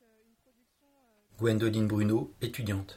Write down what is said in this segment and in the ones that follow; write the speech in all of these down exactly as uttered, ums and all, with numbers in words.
Gwendoline Bruno, étudiante.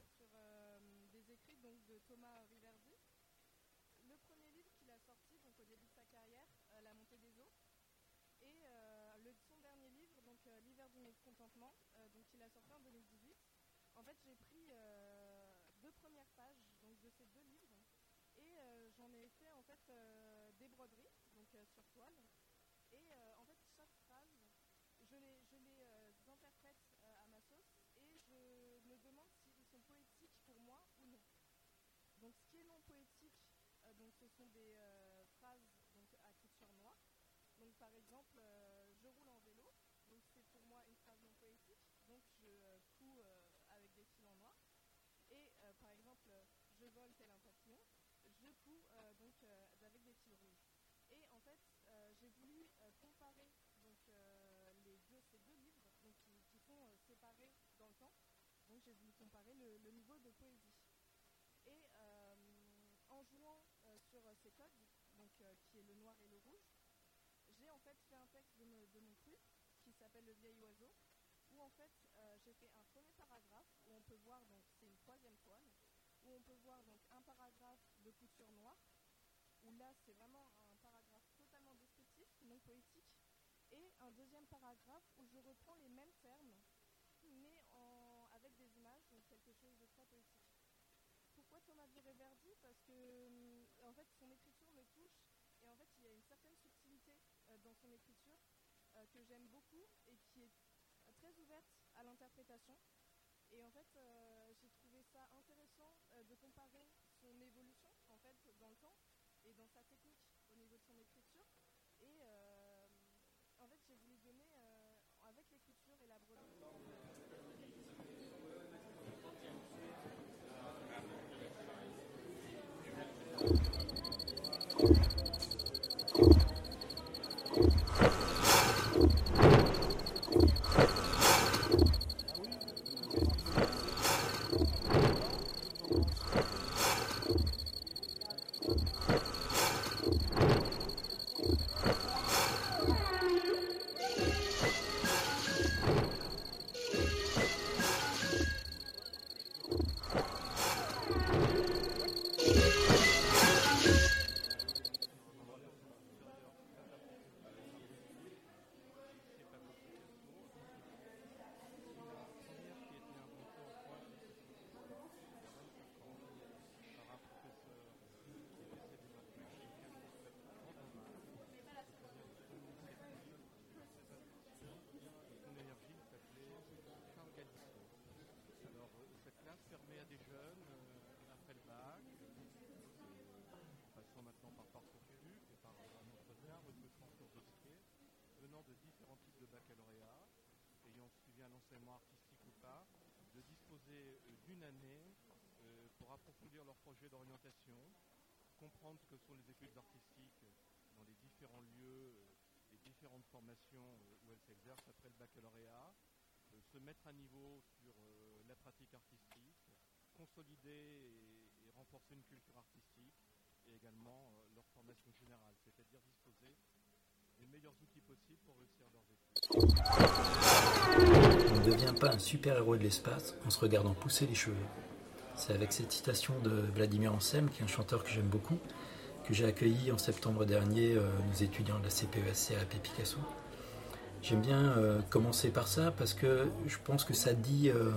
On ne devient pas un super-héros de l'espace en se regardant pousser les cheveux. C'est avec cette citation de Vladimir Anselm, qui est un chanteur que j'aime beaucoup, que j'ai accueilli en septembre dernier euh, nos étudiants de la C P E S C à A P Picasso. J'aime bien euh, commencer par ça parce que je pense que ça dit, euh,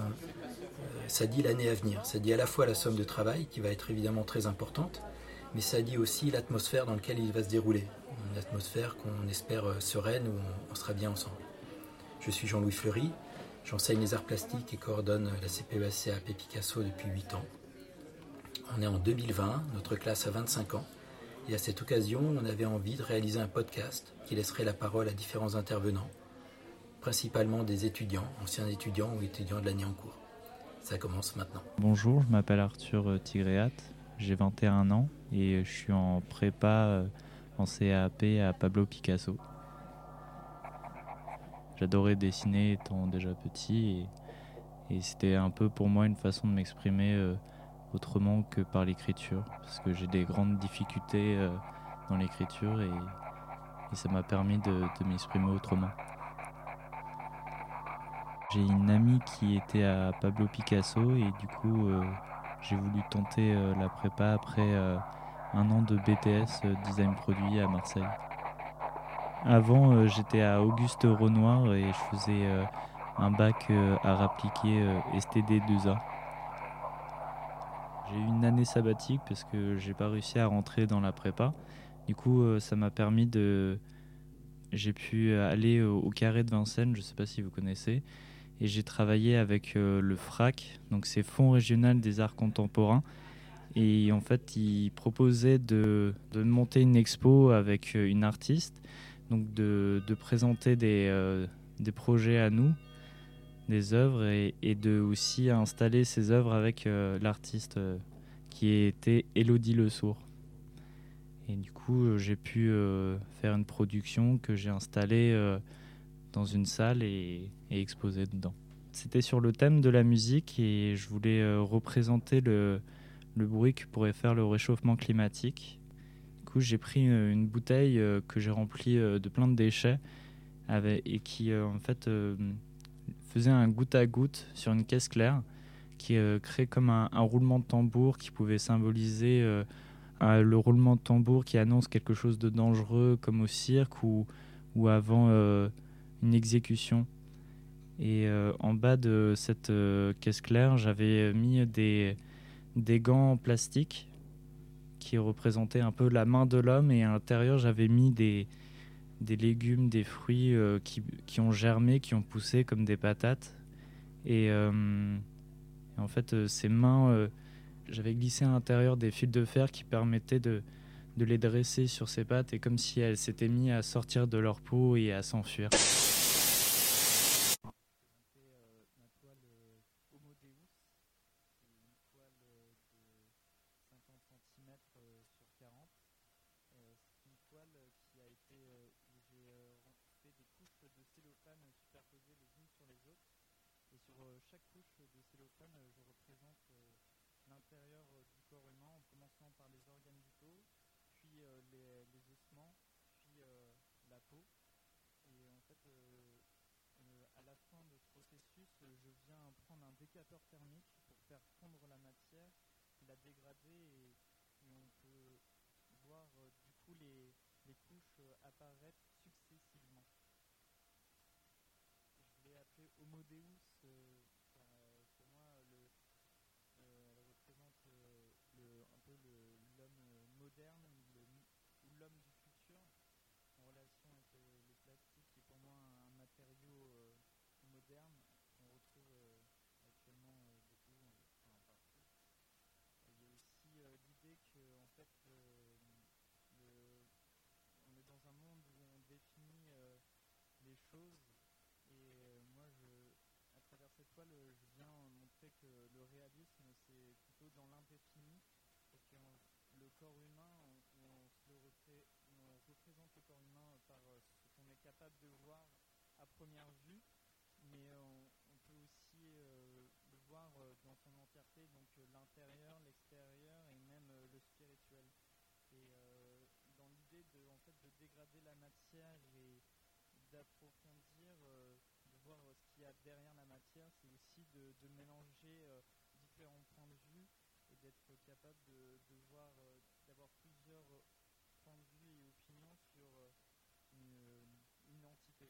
ça dit l'année à venir. Ça dit à la fois la somme de travail, qui va être évidemment très importante, mais ça dit aussi l'atmosphère dans laquelle il va se dérouler. Une atmosphère qu'on espère sereine, où on, on sera bien ensemble. Je suis Jean-Louis Fleury, j'enseigne les arts plastiques et coordonne la C P E S C à A P Picasso depuis huit ans. On est en deux mille vingt, notre classe a vingt-cinq ans, et à cette occasion, on avait envie de réaliser un podcast qui laisserait la parole à différents intervenants, principalement des étudiants, anciens étudiants ou étudiants de l'année en cours. Ça commence maintenant. Bonjour, je m'appelle Arthur Tigréat, j'ai vingt et un ans et je suis en prépa en C A A P à Pablo Picasso. J'adorais dessiner étant déjà petit et, et c'était un peu pour moi une façon de m'exprimer euh, autrement que par l'écriture, parce que j'ai des grandes difficultés euh, dans l'écriture et, et ça m'a permis de, de m'exprimer autrement. J'ai une amie qui était à Pablo Picasso et du coup euh, j'ai voulu tenter euh, la prépa après euh, un an de B T S euh, design produit à Marseille. Avant euh, j'étais à Auguste Renoir et je faisais euh, un bac euh, art appliqué euh, S T D deux A. J'ai eu une année sabbatique parce que j'ai pas réussi à rentrer dans la prépa. Du coup euh, ça m'a permis de... J'ai pu aller au, au Carré de Vincennes, je sais pas si vous connaissez. Et j'ai travaillé avec euh, le F R A C, donc c'est Fonds régional des arts contemporains. Et en fait, ils proposaient de, de monter une expo avec euh, une artiste, donc de, de présenter des, euh, des projets à nous, des œuvres, et, et de aussi installer ces œuvres avec euh, l'artiste euh, qui était Élodie Le Sourd. Et du coup, euh, j'ai pu euh, faire une production que j'ai installée euh, dans une salle et, et exposer dedans. C'était sur le thème de la musique et je voulais euh, représenter le, le bruit que pourrait faire le réchauffement climatique. Du coup, j'ai pris une, une bouteille euh, que j'ai remplie euh, de plein de déchets avec, et qui euh, en fait euh, faisait un goutte à goutte sur une caisse claire qui euh, créait comme un, un roulement de tambour qui pouvait symboliser euh, un, le roulement de tambour qui annonce quelque chose de dangereux comme au cirque ou, ou avant euh, une exécution. Et euh, en bas de cette euh, caisse claire, j'avais mis des, des gants en plastique qui représentaient un peu la main de l'homme. Et à l'intérieur, j'avais mis des, des légumes, des fruits euh, qui, qui ont germé, qui ont poussé comme des patates. Et, euh, et en fait, euh, ces mains, euh, j'avais glissé à l'intérieur des fils de fer qui permettaient de, de les dresser sur ces pattes. Et comme si elles s'étaient mises à sortir de leur peau et à s'enfuir. Et sur euh, chaque couche de cellophane, euh, je représente euh, l'intérieur euh, du corps humain, en commençant par les organes vitaux, puis euh, les, les ossements, puis euh, la peau. Et en fait, euh, euh, à la fin de ce processus, euh, je viens prendre un décapeur thermique pour faire fondre la matière, la dégrader, et, et on peut voir euh, du coup les, les couches euh, apparaître successivement. Je l'ai appelé Homo Deus, euh, car euh, pour moi, le, euh, elle représente euh, le, un peu le, l'homme euh, moderne le, ou l'homme du futur, en relation avec euh, le plastique, qui est pour moi un matériau euh, moderne qu'on retrouve euh, actuellement euh, beaucoup, enfin partout. Il y a aussi euh, l'idée que en fait, euh, le, on est dans un monde où on définit euh, les choses. Et euh, moi, je, à travers cette toile, je viens montrer que le réalisme, c'est plutôt dans l'indéfini, et que le corps humain, on, on, se le repré, on représente le corps humain par ce qu'on est capable de voir à première vue, mais on, on peut aussi euh, le voir dans son entièreté, donc l'intérieur, l'extérieur et même euh, le spirituel. Et euh, dans l'idée de, en fait, de dégrader la matière et d'approfondir, euh, de voir euh, ce qu'il y a derrière la matière, c'est aussi de, de mélanger euh, différents points de vue et d'être capable de, de voir, euh, d'avoir plusieurs euh, points de vue et opinions sur euh, une, une entité.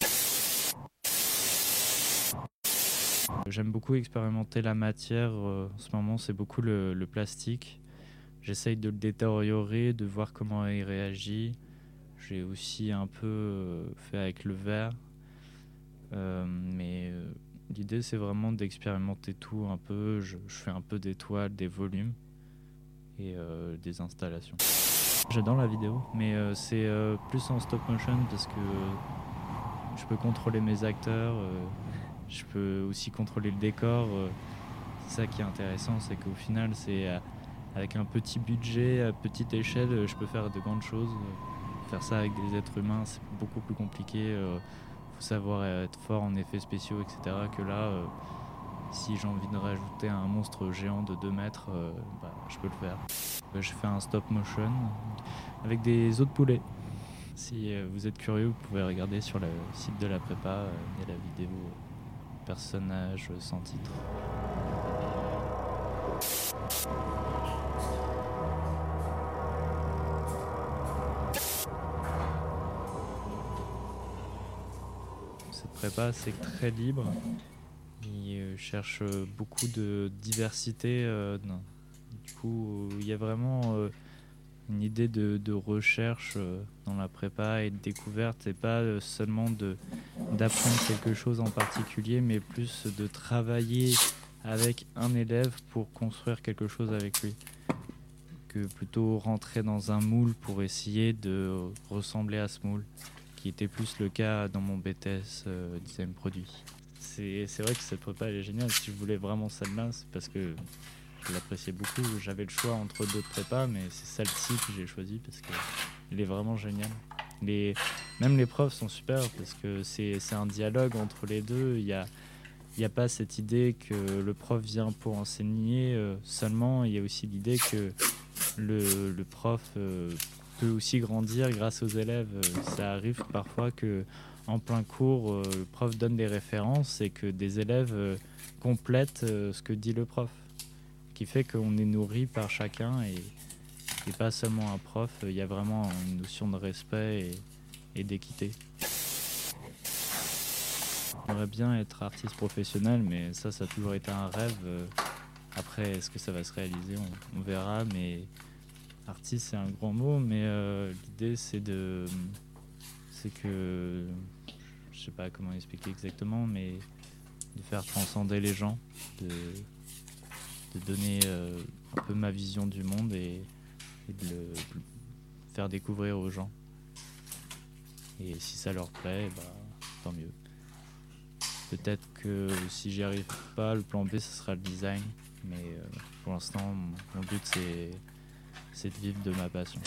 J'aime beaucoup expérimenter la matière. Euh, en ce moment, c'est beaucoup le, le plastique. J'essaye de le détériorer, de voir comment il réagit. J'ai aussi un peu euh, fait avec le verre. Euh, mais euh, l'idée, c'est vraiment d'expérimenter tout un peu. Je, je fais un peu des toiles, des volumes et euh, des installations. J'adore la vidéo, mais euh, c'est euh, plus en stop motion parce que euh, je peux contrôler mes acteurs, euh, je peux aussi contrôler le décor. Euh, c'est ça qui est intéressant, c'est qu'au final, c'est euh, avec un petit budget, à petite échelle, je peux faire de grandes choses. Faire ça avec des êtres humains, c'est beaucoup plus compliqué. Euh, faut savoir être fort en effets spéciaux, et cetera. Que là, euh, si j'ai envie de rajouter un monstre géant de deux mètres, euh, bah, je peux le faire. Euh, je fais un stop motion avec des os de poulet. Si euh, vous êtes curieux, vous pouvez regarder sur le site de la prépa, euh, il y a la vidéo personnage sans titre. Cette prépa, c'est très libre. Il cherche beaucoup de diversité. Euh, du coup, il y a vraiment euh, une idée de, de recherche euh, dans la prépa et de découverte. Et pas euh, seulement de, d'apprendre quelque chose en particulier, mais plus de travailler avec un élève pour construire quelque chose avec lui. Que plutôt rentrer dans un moule pour essayer de ressembler à ce moule, qui était plus le cas dans mon B T S euh, design produit. C'est, c'est vrai que cette prépa elle est géniale. Si je voulais vraiment celle-là, c'est parce que je l'appréciais beaucoup. J'avais le choix entre d'autres prépas, mais c'est celle-ci que j'ai choisie parce qu'elle est vraiment géniale. Les, même les profs sont super parce que c'est, c'est un dialogue entre les deux. Il y a, il n'y a pas cette idée que le prof vient pour enseigner euh, seulement. Il y a aussi l'idée que le, le prof euh, peut aussi grandir grâce aux élèves. Ça arrive parfois que en plein cours, euh, le prof donne des références et que des élèves euh, complètent euh, ce que dit le prof. Ce qui fait qu'on est nourri par chacun et, et pas seulement un prof. Il y a vraiment une notion de respect et, et d'équité. J'aimerais bien être artiste professionnel, mais ça, ça a toujours été un rêve. Après, est-ce que ça va se réaliser ? on, on verra, mais artiste, c'est un grand mot, mais euh, l'idée, c'est de... c'est que... je sais pas comment expliquer exactement, mais de faire transcender les gens, de, de donner euh, un peu ma vision du monde et, et de le faire découvrir aux gens. Et si ça leur plaît, bah, tant mieux. Peut-être que si j'y arrive pas, le plan B, ce sera le design. Mais euh, pour l'instant, mon, mon but, c'est, c'est de vivre de ma passion.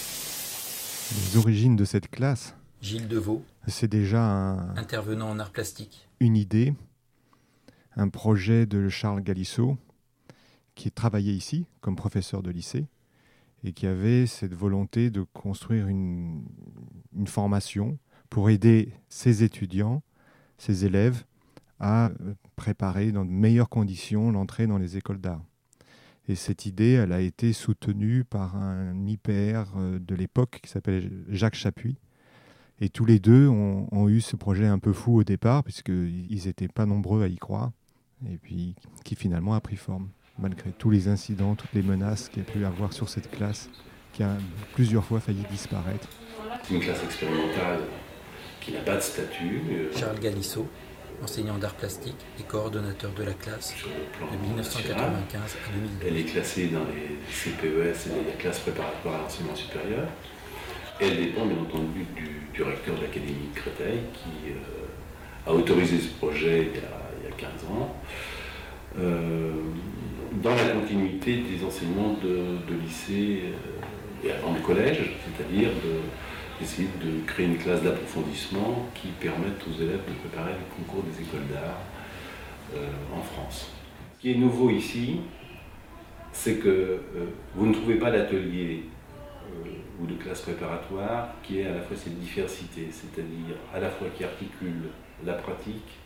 Les origines de cette classe, Gilles Deveau, c'est déjà un, intervenant en art plastique. Une idée, un projet de Charles Galissot, qui travaillait ici comme professeur de lycée et qui avait cette volonté de construire une, une formation pour aider ses étudiants, ses élèves, à préparer dans de meilleures conditions l'entrée dans les écoles d'art. Et cette idée, elle a été soutenue par un I P R de l'époque qui s'appelait Jacques Chapuis. Et tous les deux ont, ont eu ce projet un peu fou au départ, puisqu'ils n'étaient pas nombreux à y croire, et puis qui finalement a pris forme, malgré tous les incidents, toutes les menaces qu'il y a pu avoir sur cette classe, qui a plusieurs fois failli disparaître. Une classe expérimentale qui n'a pas de statut. Charles Galissot, enseignant d'art plastique et coordonnateur de la classe de dix-neuf cent quatre-vingt-quinze à deux mille douze. Elle est classée dans les C P E S et les classes préparatoires à l'enseignement supérieur. Et elle dépend bien entendu du, du recteur de l'Académie de Créteil qui euh, a autorisé ce projet il y a, il y a quinze ans, euh, dans la continuité des enseignements de, de lycée euh, et avant le collège, c'est-à-dire de essayer de créer une classe d'approfondissement qui permette aux élèves de préparer le concours des écoles d'art euh, en France. Ce qui est nouveau ici, c'est que euh, vous ne trouvez pas d'atelier euh, ou de classe préparatoire qui ait à la fois cette diversité, c'est-à-dire à la fois qui articule la pratique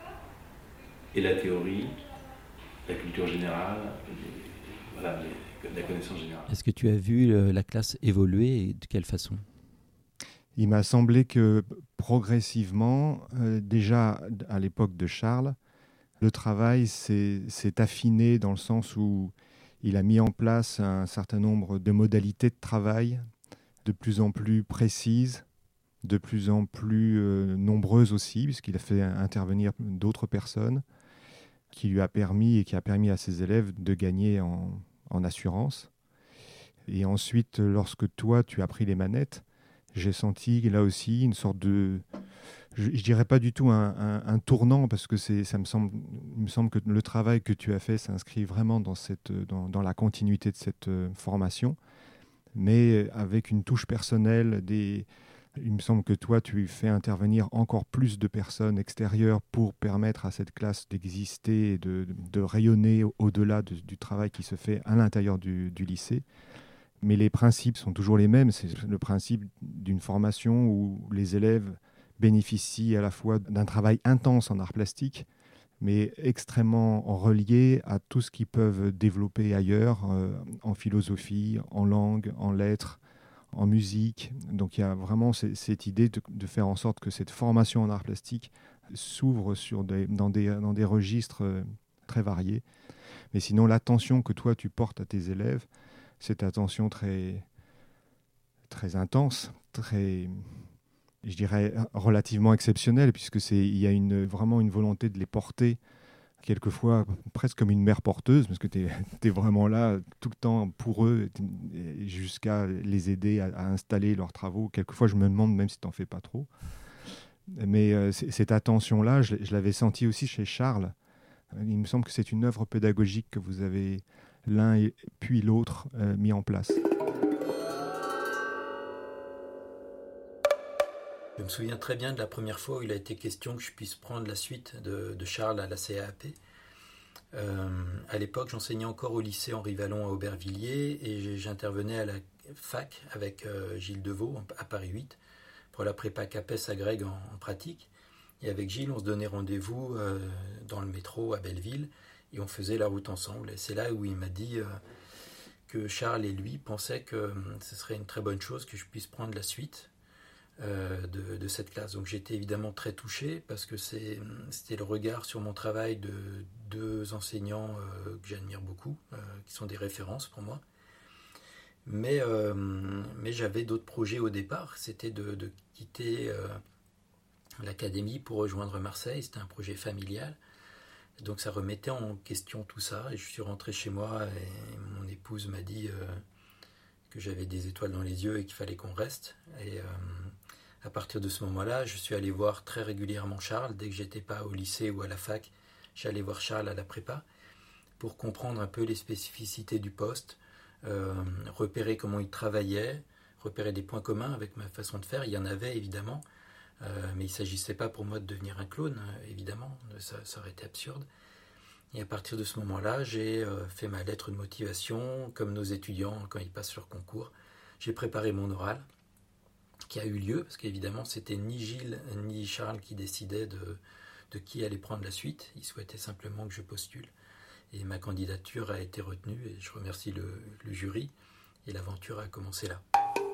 et la théorie, la culture générale, les, voilà, les, la connaissance générale. Est-ce que tu as vu euh, la classe évoluer et de quelle façon ? Il m'a semblé que progressivement, euh, déjà à l'époque de Charles, le travail s'est, s'est affiné dans le sens où il a mis en place un certain nombre de modalités de travail de plus en plus précises, de plus en plus euh, nombreuses aussi, puisqu'il a fait intervenir d'autres personnes, qui lui a permis et qui a permis à ses élèves de gagner en, en assurance. Et ensuite, lorsque toi, tu as pris les manettes, j'ai senti là aussi une sorte de, je, je dirais pas du tout un, un, un tournant, parce que c'est, ça me semble, il me semble que le travail que tu as fait s'inscrit vraiment dans, cette, dans, dans la continuité de cette euh, formation, mais avec une touche personnelle. Des, il me semble que toi, tu fais intervenir encore plus de personnes extérieures pour permettre à cette classe d'exister et de, de rayonner au-delà de, du travail qui se fait à l'intérieur du, du lycée. Mais les principes sont toujours les mêmes. C'est le principe d'une formation où les élèves bénéficient à la fois d'un travail intense en art plastique, mais extrêmement reliés à tout ce qu'ils peuvent développer ailleurs, euh, en philosophie, en langue, en lettres, en musique. Donc il y a vraiment c- cette idée de, de faire en sorte que cette formation en art plastique s'ouvre sur des, dans, des, dans des registres euh, très variés. Mais sinon, l'attention que toi tu portes à tes élèves, cette attention très, très intense, très, je dirais, relativement exceptionnelle, puisque c'est, il y a une, vraiment une volonté de les porter, quelquefois presque comme une mère porteuse, parce que tu es vraiment là tout le temps pour eux, jusqu'à les aider à, à installer leurs travaux. Quelquefois, je me demande même si tu n'en fais pas trop. Mais euh, c- cette attention-là, je, je l'avais senti aussi chez Charles. Il me semble que c'est une œuvre pédagogique que vous avez l'un et puis l'autre euh, mis en place. Je me souviens très bien de la première fois où il a été question que je puisse prendre la suite de, de Charles à la C A A P. Euh, à l'époque, j'enseignais encore au lycée Henri Vallon à Aubervilliers et j'intervenais à la fac avec euh, Gilles Deveau à Paris huit pour la prépa CAPES à Greg en, en pratique. Et avec Gilles, on se donnait rendez-vous euh, dans le métro à Belleville et on faisait la route ensemble. Et c'est là où il m'a dit euh, que Charles et lui pensaient que euh, ce serait une très bonne chose que je puisse prendre la suite euh, de, de cette classe. Donc j'étais évidemment très touché parce que c'est, c'était le regard sur mon travail de deux enseignants euh, que j'admire beaucoup, euh, qui sont des références pour moi. Mais, euh, mais j'avais d'autres projets au départ. C'était de, de quitter... Euh, l'académie pour rejoindre Marseille, c'était un projet familial. Donc ça remettait en question tout ça. Et je suis rentré chez moi et mon épouse m'a dit euh, que j'avais des étoiles dans les yeux et qu'il fallait qu'on reste. Et euh, à partir de ce moment-là, je suis allé voir très régulièrement Charles. Dès que j'étais pas au lycée ou à la fac, j'allais voir Charles à la prépa pour comprendre un peu les spécificités du poste, euh, repérer comment il travaillait, repérer des points communs avec ma façon de faire. Il y en avait évidemment. Euh, mais il ne s'agissait pas pour moi de devenir un clone, euh, évidemment, ça, ça aurait été absurde. Et à partir de ce moment-là, j'ai euh, fait ma lettre de motivation, comme nos étudiants quand ils passent leur concours. J'ai préparé mon oral, qui a eu lieu, parce qu'évidemment, c'était ni Gilles ni Charles qui décidaient de, de qui allait prendre la suite. Ils souhaitaient simplement que je postule. Et ma candidature a été retenue, et je remercie le, le jury, et l'aventure a commencé là.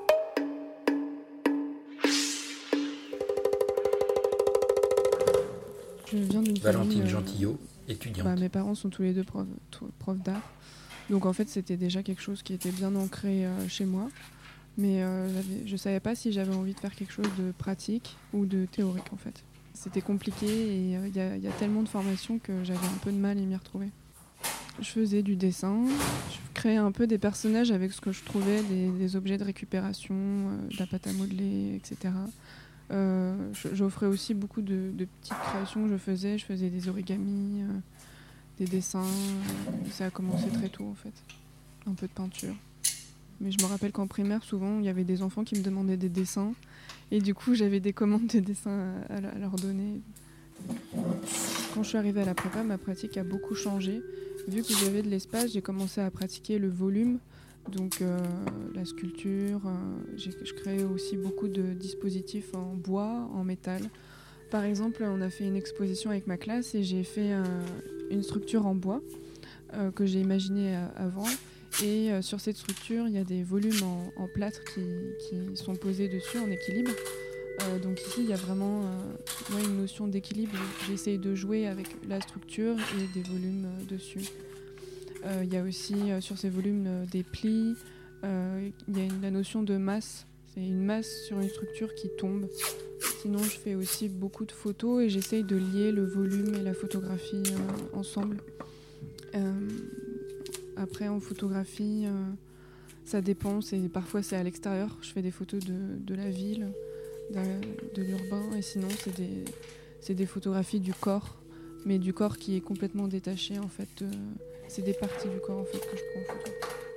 Je viens d'une Valentine famille, euh, Gentillot, étudiante. Bah, mes parents sont tous les deux profs, profs d'art. Donc en fait, c'était déjà quelque chose qui était bien ancré euh, chez moi. Mais euh, je ne savais pas si j'avais envie de faire quelque chose de pratique ou de théorique en fait. C'était compliqué et il euh, y, y a tellement de formations que j'avais un peu de mal à m'y retrouver. Je faisais du dessin, je créais un peu des personnages avec ce que je trouvais, des, des objets de récupération, euh, de la pâte à modeler, et cetera. Euh, j'offrais aussi beaucoup de, de petites créations que je faisais. Je faisais des origamis, euh, des dessins. Euh, ça a commencé très tôt en fait. Un peu de peinture. Mais je me rappelle qu'en primaire, souvent, il y avait des enfants qui me demandaient des dessins. Et du coup, j'avais des commandes de dessins à, à leur donner. Quand je suis arrivée à la prépa, ma pratique a beaucoup changé. Vu que j'avais de l'espace, j'ai commencé à pratiquer le volume. Donc euh, la sculpture, euh, j'ai, je créais aussi beaucoup de dispositifs en bois, en métal. Par exemple, on a fait une exposition avec ma classe et j'ai fait euh, une structure en bois euh, que j'ai imaginée euh, avant. Et euh, sur cette structure, il y a des volumes en, en plâtre qui, qui sont posés dessus en équilibre. Euh, donc ici, il y a vraiment euh, ouais, une notion d'équilibre. J'essaye de jouer avec la structure et des volumes euh, dessus. Il euh, y a aussi euh, sur ces volumes euh, des plis. Il euh, y a une, la notion de masse. C'est une masse sur une structure qui tombe. Sinon, je fais aussi beaucoup de photos et j'essaye de lier le volume et la photographie euh, ensemble. Euh, après, en photographie, euh, ça dépend. C'est, parfois, c'est à l'extérieur. Je fais des photos de, de la ville, de, de l'urbain. Et sinon, c'est des, c'est des photographies du corps. Mais du corps qui est complètement détaché, en fait. Euh, c'est des parties du corps, en fait, que je prends en photo.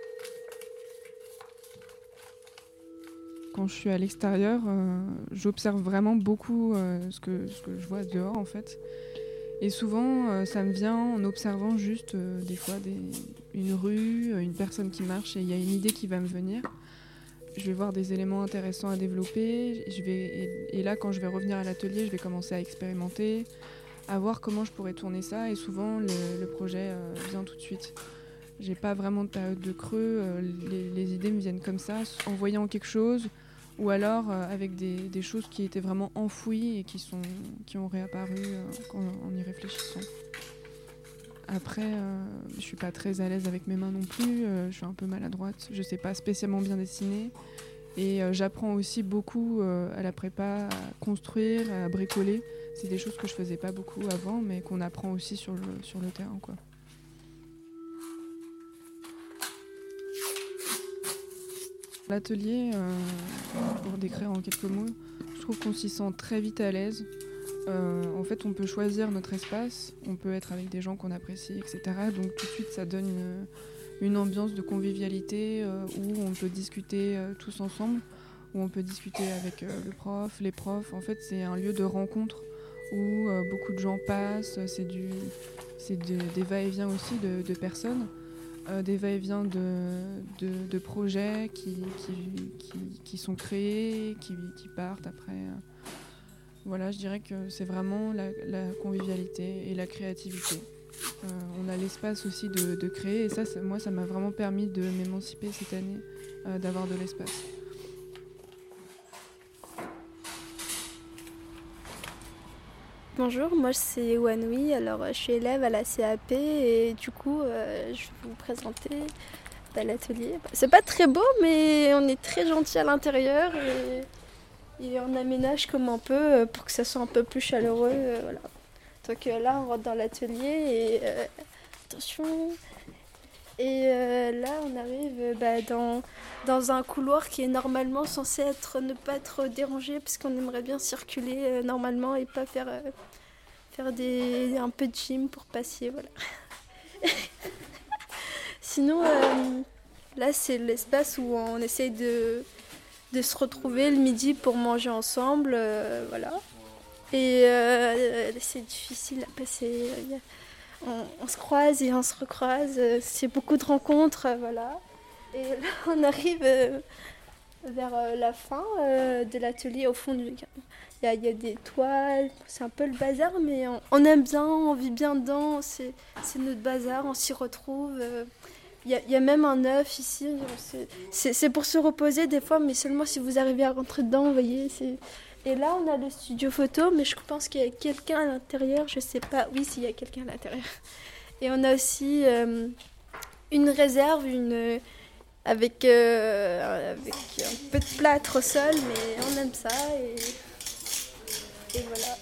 Quand je suis à l'extérieur, euh, j'observe vraiment beaucoup euh, ce, que, ce que je vois dehors, en fait. Et souvent, euh, ça me vient en observant juste, euh, des fois, des, une rue, une personne qui marche, et il y a une idée qui va me venir. Je vais voir des éléments intéressants à développer. Je vais, et, et là, quand je vais revenir à l'atelier, je vais commencer à expérimenter, à voir comment je pourrais tourner ça. Et souvent, le, le projet euh, vient tout de suite. J'ai pas vraiment de période de creux. Euh, les, les idées me viennent comme ça, en voyant quelque chose, ou alors euh, avec des, des choses qui étaient vraiment enfouies et qui, sont, qui ont réapparu euh, quand, en y réfléchissant. Après, euh, je suis pas très à l'aise avec mes mains non plus, euh, je suis un peu maladroite, je sais pas spécialement bien dessiner. Et euh, j'apprends aussi beaucoup euh, à la prépa, à construire, à bricoler. C'est des choses que je faisais pas beaucoup avant, mais qu'on apprend aussi sur le, sur le terrain, quoi. L'atelier, euh, pour décrire en quelques mots, je trouve qu'on s'y sent très vite à l'aise. Euh, en fait, on peut choisir notre espace, on peut être avec des gens qu'on apprécie, et cetera. Donc tout de suite, ça donne une, une ambiance de convivialité euh, où on peut discuter euh, tous ensemble, où on peut discuter avec euh, le prof, les profs. En fait, c'est un lieu de rencontre où euh, beaucoup de gens passent. C'est du, c'est de, des va-et-vient aussi de, de personnes, euh, des va-et-vient de, de, de projets qui, qui, qui, qui sont créés, qui, qui partent après. Voilà, je dirais que c'est vraiment la, la convivialité et la créativité. Euh, on a l'espace aussi de, de créer et ça, ça, moi, ça m'a vraiment permis de m'émanciper cette année, euh, d'avoir de l'espace. Bonjour, moi c'est Wanoui, alors je suis élève à la C A P et du coup euh, je vais vous présenter bah, l'atelier. C'est pas très beau mais on est très gentil à l'intérieur et, et on aménage comme on peut pour que ça soit un peu plus chaleureux. Euh, voilà. Donc euh, là on rentre dans l'atelier et euh, attention. Et euh, là on arrive bah, dans, dans un couloir qui est normalement censé être, ne pas être dérangé parce qu'on aimerait bien circuler euh, normalement et pas faire, euh, faire des, un peu de gym pour passer. Voilà. Sinon euh, là c'est l'espace où on essaye de, de se retrouver le midi pour manger ensemble. Euh, voilà. Et euh, c'est difficile à passer. On, on se croise et on se recroise, c'est beaucoup de rencontres, euh, voilà. Et là, on arrive euh, vers euh, la fin euh, de l'atelier. Au fond, il y, y a des toiles, c'est un peu le bazar, mais on, on aime bien, on vit bien dedans, c'est, c'est notre bazar, on s'y retrouve. Il euh, y, y a même un œuf ici, c'est, c'est, c'est pour se reposer des fois, mais seulement si vous arrivez à rentrer dedans, vous voyez, c'est... Et là, on a le studio photo, mais je pense qu'il y a quelqu'un à l'intérieur, je sais pas. Oui, s'il y a quelqu'un à l'intérieur. Et on a aussi euh, une réserve, une, avec, euh, avec un peu de plâtre au sol, mais on aime ça. Et, et voilà.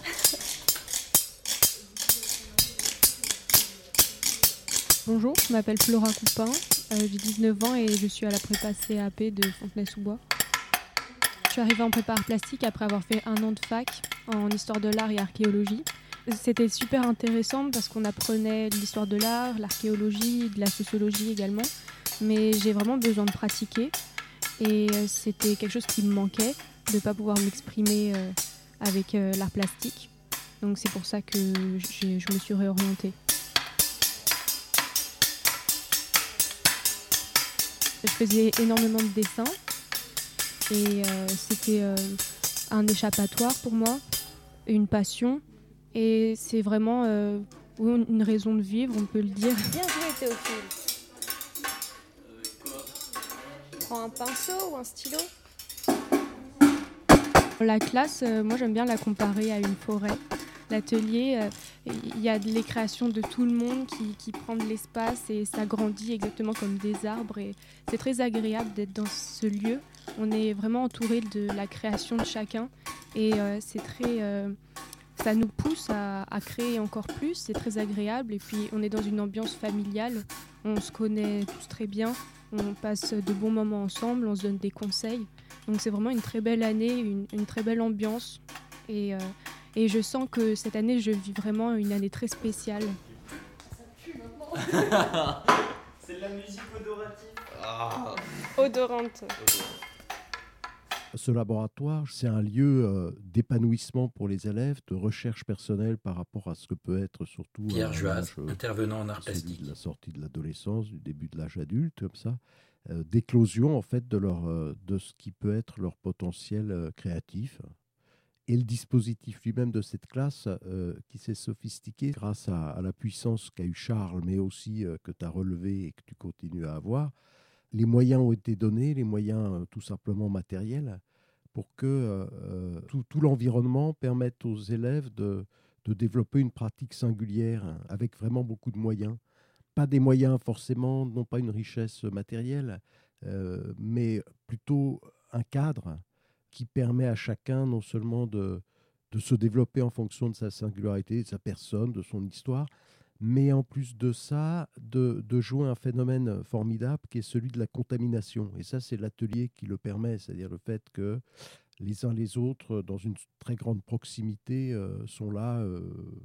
Bonjour, je m'appelle Flora Coupin, euh, j'ai dix-neuf ans et je suis à la prépa C A P de Fontenay-sous-Bois. Je suis arrivée en prépa art plastique après avoir fait un an de fac en histoire de l'art et archéologie. C'était super intéressant parce qu'on apprenait l'histoire de l'art, l'archéologie, de la sociologie également. Mais j'ai vraiment besoin de pratiquer et c'était quelque chose qui me manquait, de ne pas pouvoir m'exprimer avec l'art plastique. Donc c'est pour ça que je, je me suis réorientée. Je faisais énormément de dessins. Et euh, c'était euh, un échappatoire pour moi, une passion. Et c'est vraiment euh, une raison de vivre, on peut le dire. Bien joué Théophile. Prends un pinceau ou un stylo. La classe, euh, moi j'aime bien la comparer à une forêt. L'atelier, il euh, y a les créations de tout le monde qui, qui prend de l'espace et ça grandit exactement comme des arbres. Et c'est très agréable d'être dans ce lieu. On est vraiment entouré de la création de chacun et euh, c'est très, euh, ça nous pousse à, à créer encore plus, c'est très agréable et puis on est dans une ambiance familiale, on se connaît tous très bien, on passe de bons moments ensemble, on se donne des conseils, donc c'est vraiment une très belle année, une, une très belle ambiance et, euh, et je sens que cette année je vis vraiment une année très spéciale. C'est de la musique odorative. Ah. Odorante. Ce laboratoire, c'est un lieu euh, d'épanouissement pour les élèves, de recherche personnelle par rapport à ce que peut être surtout Pierre un Joaz, âge, euh, intervenant en art plastique. de la sortie de l'adolescence, du début de l'âge adulte, comme ça, euh, d'éclosion en fait de, leur, euh, de ce qui peut être leur potentiel euh, créatif. Et le dispositif lui-même de cette classe euh, qui s'est sophistiqué grâce à, à la puissance qu'a eu Charles, mais aussi euh, que tu as relevé et que tu continues à avoir, les moyens ont été donnés, les moyens euh, tout simplement matériels, pour que euh, tout, tout l'environnement permette aux élèves de, de développer une pratique singulière hein, avec vraiment beaucoup de moyens. Pas des moyens forcément, non pas une richesse matérielle, euh, mais plutôt un cadre qui permet à chacun non seulement de, de se développer en fonction de sa singularité, de sa personne, de son histoire, mais en plus de ça, de, de jouer un phénomène formidable qui est celui de la contamination. Et ça, c'est l'atelier qui le permet, c'est-à-dire le fait que les uns les autres, dans une très grande proximité, euh, sont là euh,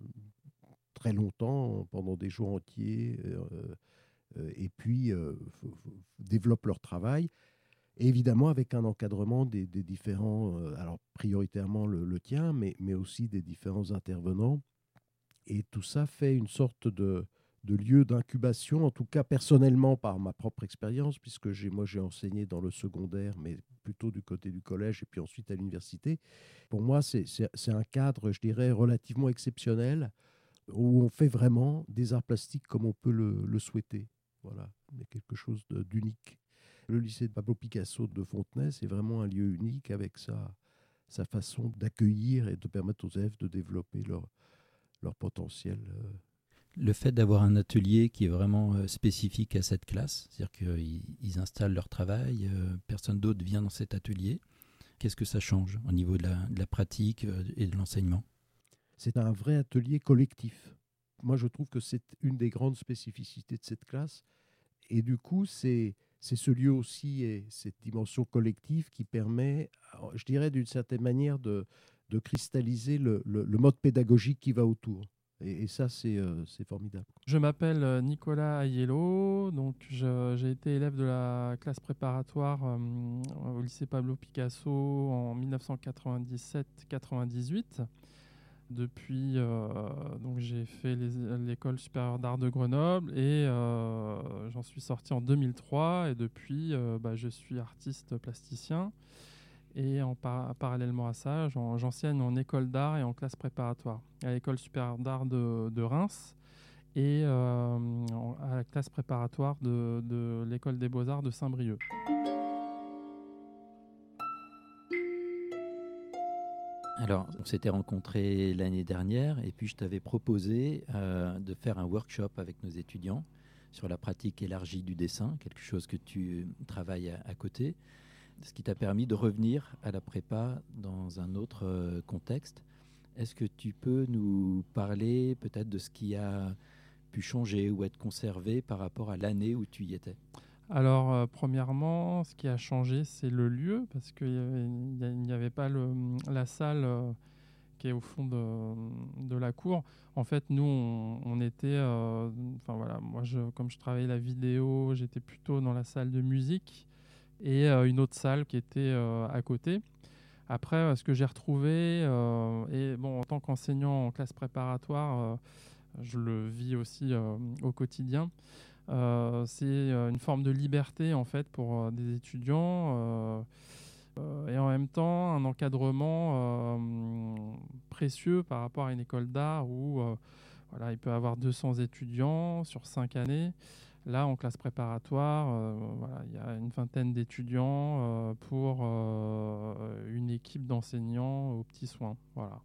très longtemps, pendant des jours entiers, euh, euh, et puis euh, f- f- développent leur travail. Et évidemment, avec un encadrement des, des différents, euh, alors prioritairement le, le tien, mais, mais aussi des différents intervenants. Et tout ça fait une sorte de, de lieu d'incubation, en tout cas personnellement par ma propre expérience, puisque j'ai, moi j'ai enseigné dans le secondaire, mais plutôt du côté du collège et puis ensuite à l'université. Pour moi, c'est, c'est, c'est un cadre, je dirais, relativement exceptionnel, où on fait vraiment des arts plastiques comme on peut le, le souhaiter. Voilà, mais quelque chose de, d'unique. Le lycée de Pablo Picasso de Fontenay, c'est vraiment un lieu unique avec sa, sa façon d'accueillir et de permettre aux élèves de développer leur, leur potentiel. Le fait d'avoir un atelier qui est vraiment euh, spécifique à cette classe, c'est-à-dire qu'ils ils installent leur travail, euh, personne d'autre vient dans cet atelier, qu'est-ce que ça change au niveau de la, de la pratique euh, et de l'enseignement ? C'est un vrai atelier collectif. Moi, je trouve que c'est une des grandes spécificités de cette classe. Et du coup, c'est, c'est ce lieu aussi et cette dimension collective qui permet, je dirais d'une certaine manière, de, de cristalliser le, le, le mode pédagogique qui va autour. Et, et ça, c'est, euh, c'est formidable. Je m'appelle Nicolas Aiello, donc je, j'ai été élève de la classe préparatoire euh, au lycée Pablo Picasso en dix-neuf cent quatre-vingt-dix-sept quatre-vingt-dix-huit. Depuis, euh, donc j'ai fait les, l'école supérieure d'art de Grenoble et euh, j'en suis sorti en deux mille trois. Et depuis, euh, bah, je suis artiste plasticien. Et en par- parallèlement à ça, j'en, j'enseigne en école d'art et en classe préparatoire à l'école supérieure d'art de, de Reims et euh, en- à la classe préparatoire de, de l'école des beaux-arts de Saint-Brieuc. Alors, on s'était rencontrés l'année dernière et puis je t'avais proposé euh, de faire un workshop avec nos étudiants sur la pratique élargie du dessin, quelque chose que tu travailles à, à côté, ce qui t'a permis de revenir à la prépa dans un autre euh, contexte. Est-ce que tu peux nous parler peut-être de ce qui a pu changer ou être conservé par rapport à l'année où tu y étais ? Alors, euh, premièrement, ce qui a changé, c'est le lieu, parce qu'il n'y avait pas le, la salle euh, qui est au fond de, de la cour. En fait, nous, on, on était... euh, Enfin, voilà, moi, je, comme je travaillais la vidéo, j'étais plutôt dans la salle de musique et euh, une autre salle qui était euh, à côté. Après, euh, ce que j'ai retrouvé, euh, et bon, en tant qu'enseignant en classe préparatoire, euh, je le vis aussi euh, au quotidien. Euh, c'est euh, une forme de liberté en fait pour euh, des étudiants euh, euh, et en même temps un encadrement euh, précieux par rapport à une école d'art où euh, voilà, il peut y avoir deux cents étudiants sur cinq années. Là, en classe préparatoire, euh, voilà, il y a une vingtaine d'étudiants euh, pour euh, une équipe d'enseignants aux petits soins. Voilà.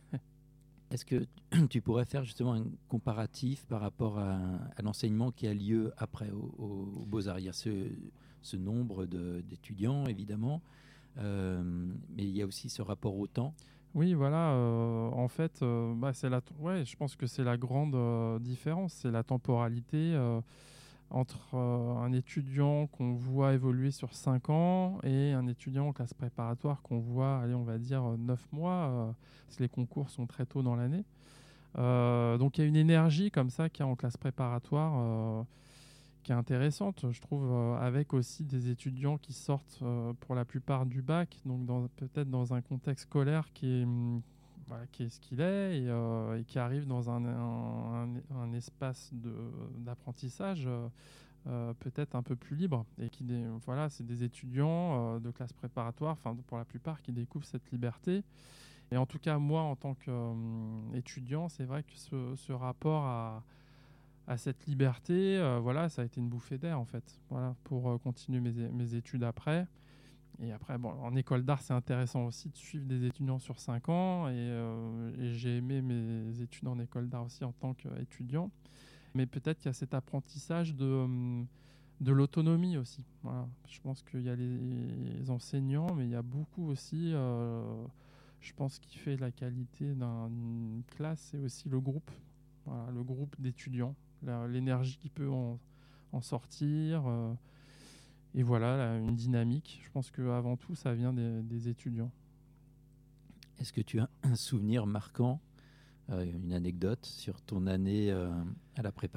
Est-ce que tu pourrais faire justement un comparatif par rapport à, à l'enseignement qui a lieu après au, au, aux Beaux-Arts ? Il y a ce, ce nombre de, d'étudiants, évidemment, euh, mais il y a aussi ce rapport au temps. Oui, voilà. Euh, en fait, euh, bah, c'est la, ouais, je pense que c'est la grande euh, différence, c'est la temporalité euh, entre euh, un étudiant qu'on voit évoluer sur cinq ans et un étudiant en classe préparatoire qu'on voit, allez, on va dire neuf mois, euh, parce que les concours sont très tôt dans l'année. Euh, donc il y a une énergie comme ça qu'il y a en classe préparatoire euh, qui est intéressante, je trouve, euh, avec aussi des étudiants qui sortent euh, pour la plupart du bac, donc dans, peut-être dans un contexte scolaire qui est, hum, voilà, qui est ce qu'il est et, euh, et qui arrive dans un, un, un, un espace de, d'apprentissage euh, euh, peut-être un peu plus libre. Et qui, dé, voilà, c'est des étudiants euh, de classe préparatoire, enfin pour la plupart, qui découvrent cette liberté. Et en tout cas, moi, en tant qu'étudiant, c'est vrai que ce, ce rapport à, à cette liberté, euh, voilà, ça a été une bouffée d'air, en fait, voilà, pour euh, continuer mes, mes études après. Et après, bon, en école d'art, c'est intéressant aussi de suivre des étudiants sur cinq ans. Et, euh, et j'ai aimé mes études en école d'art aussi en tant qu'étudiant. Mais peut-être qu'il y a cet apprentissage de, de l'autonomie aussi. Voilà. Je pense qu'il y a les enseignants, mais il y a beaucoup aussi, euh, je pense, qui fait la qualité d'une classe, c'est aussi le groupe. Voilà, le groupe d'étudiants, la, l'énergie qui peut en, en sortir. Euh, Et voilà, là, une dynamique. Je pense qu'avant tout, ça vient des, des étudiants. Est-ce que tu as un souvenir marquant, euh, une anecdote sur ton année euh, à la prépa ?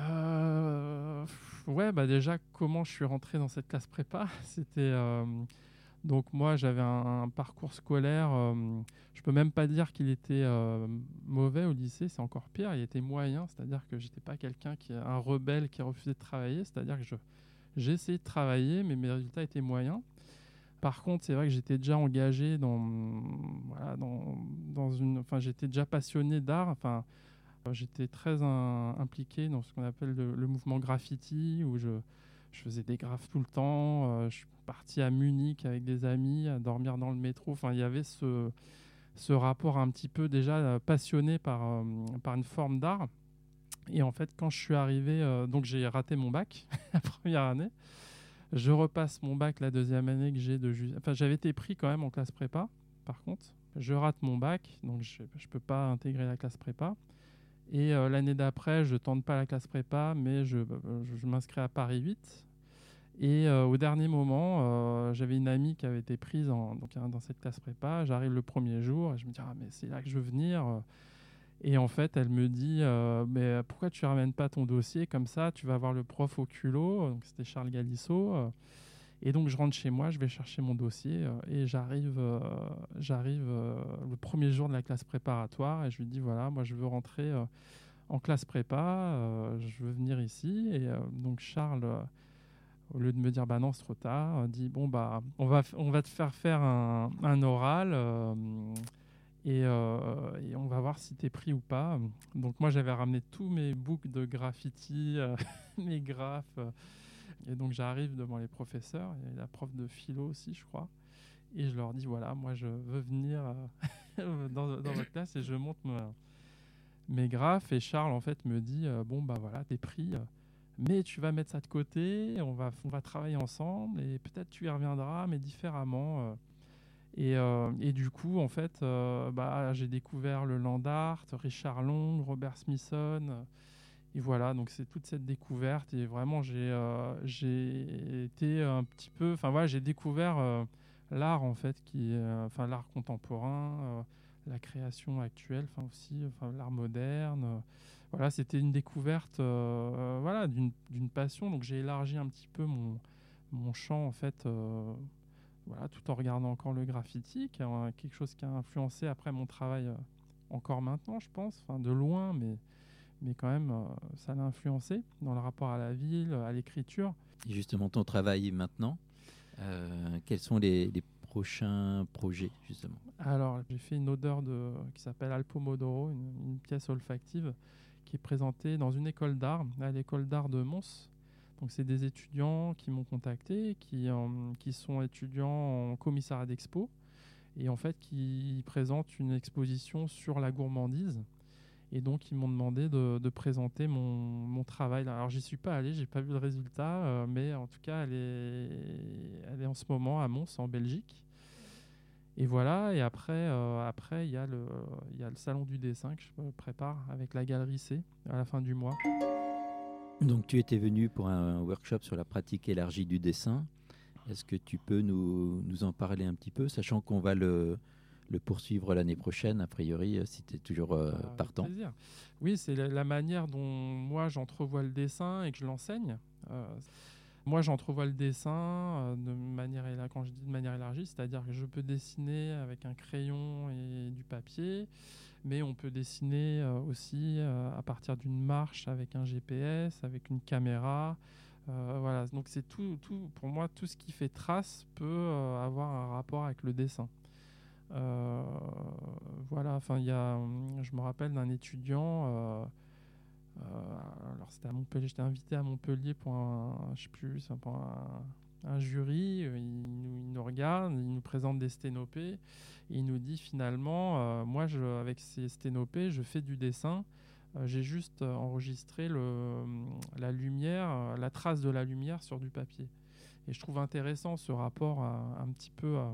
euh, Ouais, bah déjà, comment je suis rentré dans cette classe prépa ? C'était... Euh, donc moi, j'avais un, un parcours scolaire, euh, je peux même pas dire qu'il était euh, mauvais au lycée, c'est encore pire, il était moyen, c'est-à-dire que j'étais pas quelqu'un qui... un rebelle qui refusait de travailler, c'est-à-dire que je... J'ai essayé de travailler, mais mes résultats étaient moyens. Par contre, c'est vrai que j'étais déjà engagé dans, voilà, dans, dans une, enfin, j'étais déjà passionné d'art. Enfin, j'étais très un, impliqué dans ce qu'on appelle le, le mouvement graffiti, où je, je faisais des graphes tout le temps. Euh, je suis parti à Munich avec des amis, à dormir dans le métro. Enfin, il y avait ce, ce rapport un petit peu déjà passionné par, euh, par une forme d'art. Et en fait, quand je suis arrivé, euh, donc j'ai raté mon bac la première année. Je repasse mon bac la deuxième année que j'ai de ju- Enfin, j'avais été pris quand même en classe prépa, par contre. Je rate mon bac, donc je ne peux pas intégrer la classe prépa. Et euh, l'année d'après, je ne tente pas la classe prépa, mais je, je, je m'inscris à Paris huit. Et euh, au dernier moment, euh, j'avais une amie qui avait été prise en, donc, hein, dans cette classe prépa. J'arrive le premier jour et je me dis « Ah, mais c'est là que je veux venir ». Et en fait, elle me dit euh, « Mais pourquoi tu ne ramènes pas ton dossier comme ça? Tu vas voir le prof au culot. » Donc, c'était Charles Galissot. Et donc, je rentre chez moi, je vais chercher mon dossier euh, et j'arrive, euh, j'arrive euh, le premier jour de la classe préparatoire et je lui dis « Voilà, moi, je veux rentrer euh, en classe prépa. Euh, je veux venir ici. » Et euh, donc, Charles, euh, au lieu de me dire « Bah non, c'est trop tard », euh, dit « Bon, bah, on va, f- on va te faire faire un, un oral. Euh, Et, euh, et on va voir si t'es pris ou pas. » Donc moi j'avais ramené tous mes books de graffiti, euh, mes graphes. Euh, et donc j'arrive devant les professeurs, et la prof de philo aussi je crois. Et je leur dis voilà, moi je veux venir euh, dans, dans votre classe et je montre ma, mes graphes. Et Charles en fait me dit euh, bon bah voilà, t'es pris. Euh, mais tu vas mettre ça de côté, on va, on va travailler ensemble et peut-être tu y reviendras mais différemment. Euh, Et, euh, et du coup, en fait, euh, bah, j'ai découvert le land art, Richard Long, Robert Smithson. Euh, et voilà, donc c'est toute cette découverte. Et vraiment, j'ai, euh, j'ai été un petit peu... Enfin voilà, j'ai découvert euh, l'art, en fait, qui, euh, enfin l'art contemporain, euh, la création actuelle, enfin aussi enfin, l'art moderne. Euh, voilà, c'était une découverte euh, voilà, d'une, d'une passion. Donc j'ai élargi un petit peu mon, mon champ, en fait... Euh, Voilà, tout en regardant encore le graffiti, qui est quelque chose qui a influencé après mon travail euh, encore maintenant, je pense, enfin de loin, mais, mais quand même, euh, ça l'a influencé dans le rapport à la ville, à l'écriture. Et justement, ton travail maintenant, euh, quels sont les, les prochains projets, justement? Alors, j'ai fait une odeur de, qui s'appelle Alpomodoro, une, une pièce olfactive qui est présentée dans une école d'art, à l'école d'art de Mons. Donc, c'est des étudiants qui m'ont contacté, qui, euh, qui sont étudiants en commissariat d'expo et en fait qui présentent une exposition sur la gourmandise. Et donc, ils m'ont demandé de, de présenter mon, mon travail. Alors, j'y suis pas allé, j'ai pas vu le résultat, euh, mais en tout cas, elle est, elle est en ce moment à Mons, en Belgique. Et voilà, et après, euh, après il y a le, il y a le salon du dessin que je prépare avec la galerie C à la fin du mois. Donc tu étais venu pour un workshop sur la pratique élargie du dessin. Est-ce que tu peux nous, nous en parler un petit peu, sachant qu'on va le, le poursuivre l'année prochaine, a priori, si tu es toujours euh, ah, partant? Avec plaisir. Oui, c'est la, la manière dont moi j'entrevois le dessin et que je l'enseigne. Euh, moi j'entrevois le dessin euh, de manière élargie, quand je dis de manière élargie, c'est-à-dire que je peux dessiner avec un crayon et du papier, mais on peut dessiner euh, aussi euh, à partir d'une marche avec un G P S, avec une caméra. Euh, voilà, donc c'est tout, tout, pour moi, tout ce qui fait trace peut euh, avoir un rapport avec le dessin. Euh, voilà, enfin, il y a, je me rappelle d'un étudiant. Euh, euh, alors, c'était à Montpellier. J'étais invité à Montpellier pour un, je sais plus, pour un, un jury. Il nous, il nous regarde, il nous présente des sténopées. Et il nous dit finalement, euh, moi, je, avec ces sténopées, je fais du dessin. Euh, j'ai juste enregistré le, la lumière, la trace de la lumière sur du papier. Et je trouve intéressant ce rapport à, un petit peu, à,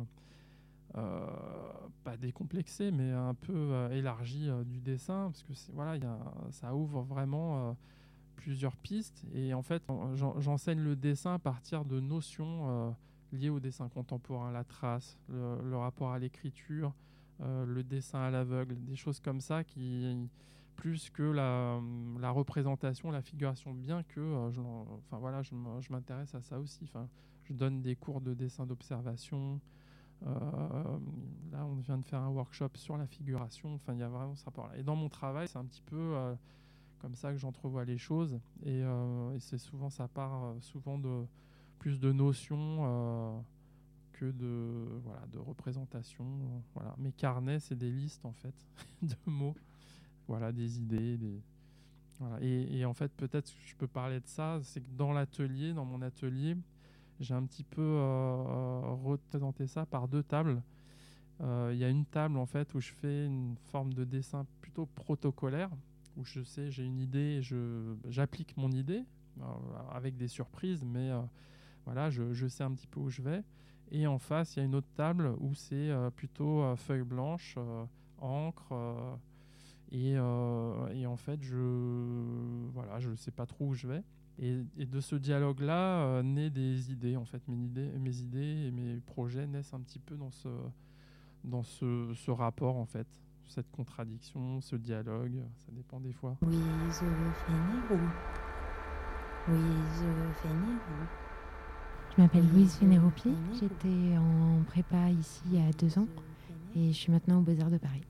euh, pas décomplexé, mais un peu euh, élargi euh, du dessin, parce que c'est, voilà, y a, ça ouvre vraiment euh, plusieurs pistes. Et en fait, j'en, j'enseigne le dessin à partir de notions euh, liées au dessin contemporain, la trace, le, le rapport à l'écriture, euh, le dessin à l'aveugle, des choses comme ça qui... plus que la, la représentation, la figuration, bien que euh, je, enfin, voilà, je, je m'intéresse à ça aussi. Enfin, je donne des cours de dessin d'observation. Euh, là, on vient de faire un workshop sur la figuration. Enfin, il y a vraiment ce rapport-là. Et dans mon travail, c'est un petit peu euh, comme ça que j'entrevois les choses. Et, euh, et c'est souvent, ça part euh, souvent de plus de notions euh, que de, voilà, de représentation. Euh, voilà. Mes carnets, c'est des listes, en fait, de mots. Voilà, des idées. Des... Voilà. Et, et en fait, peut-être que je peux parler de ça, c'est que dans l'atelier, dans mon atelier, j'ai un petit peu euh, représenté ça par deux tables. Il euh, y a une table, en fait, où je fais une forme de dessin plutôt protocolaire, où je sais, j'ai une idée, et je, j'applique mon idée, euh, avec des surprises, mais euh, voilà, je, je sais un petit peu où je vais. Et en face, il y a une autre table où c'est euh, plutôt euh, feuille blanche, euh, encre... Euh, Et, euh, et en fait, je voilà, je sais pas trop où je vais. Et, et de ce dialogue-là euh, naît des idées. En fait, mes idées, mes idées et mes projets naissent un petit peu dans ce dans ce, ce rapport, en fait, cette contradiction, ce dialogue. Ça dépend des fois. Louise Fénérou. Louise Fénérou. Je m'appelle Louise Fénéroupi. J'étais en prépa ici il y a deux ans et je suis maintenant aux Beaux-Arts de Paris.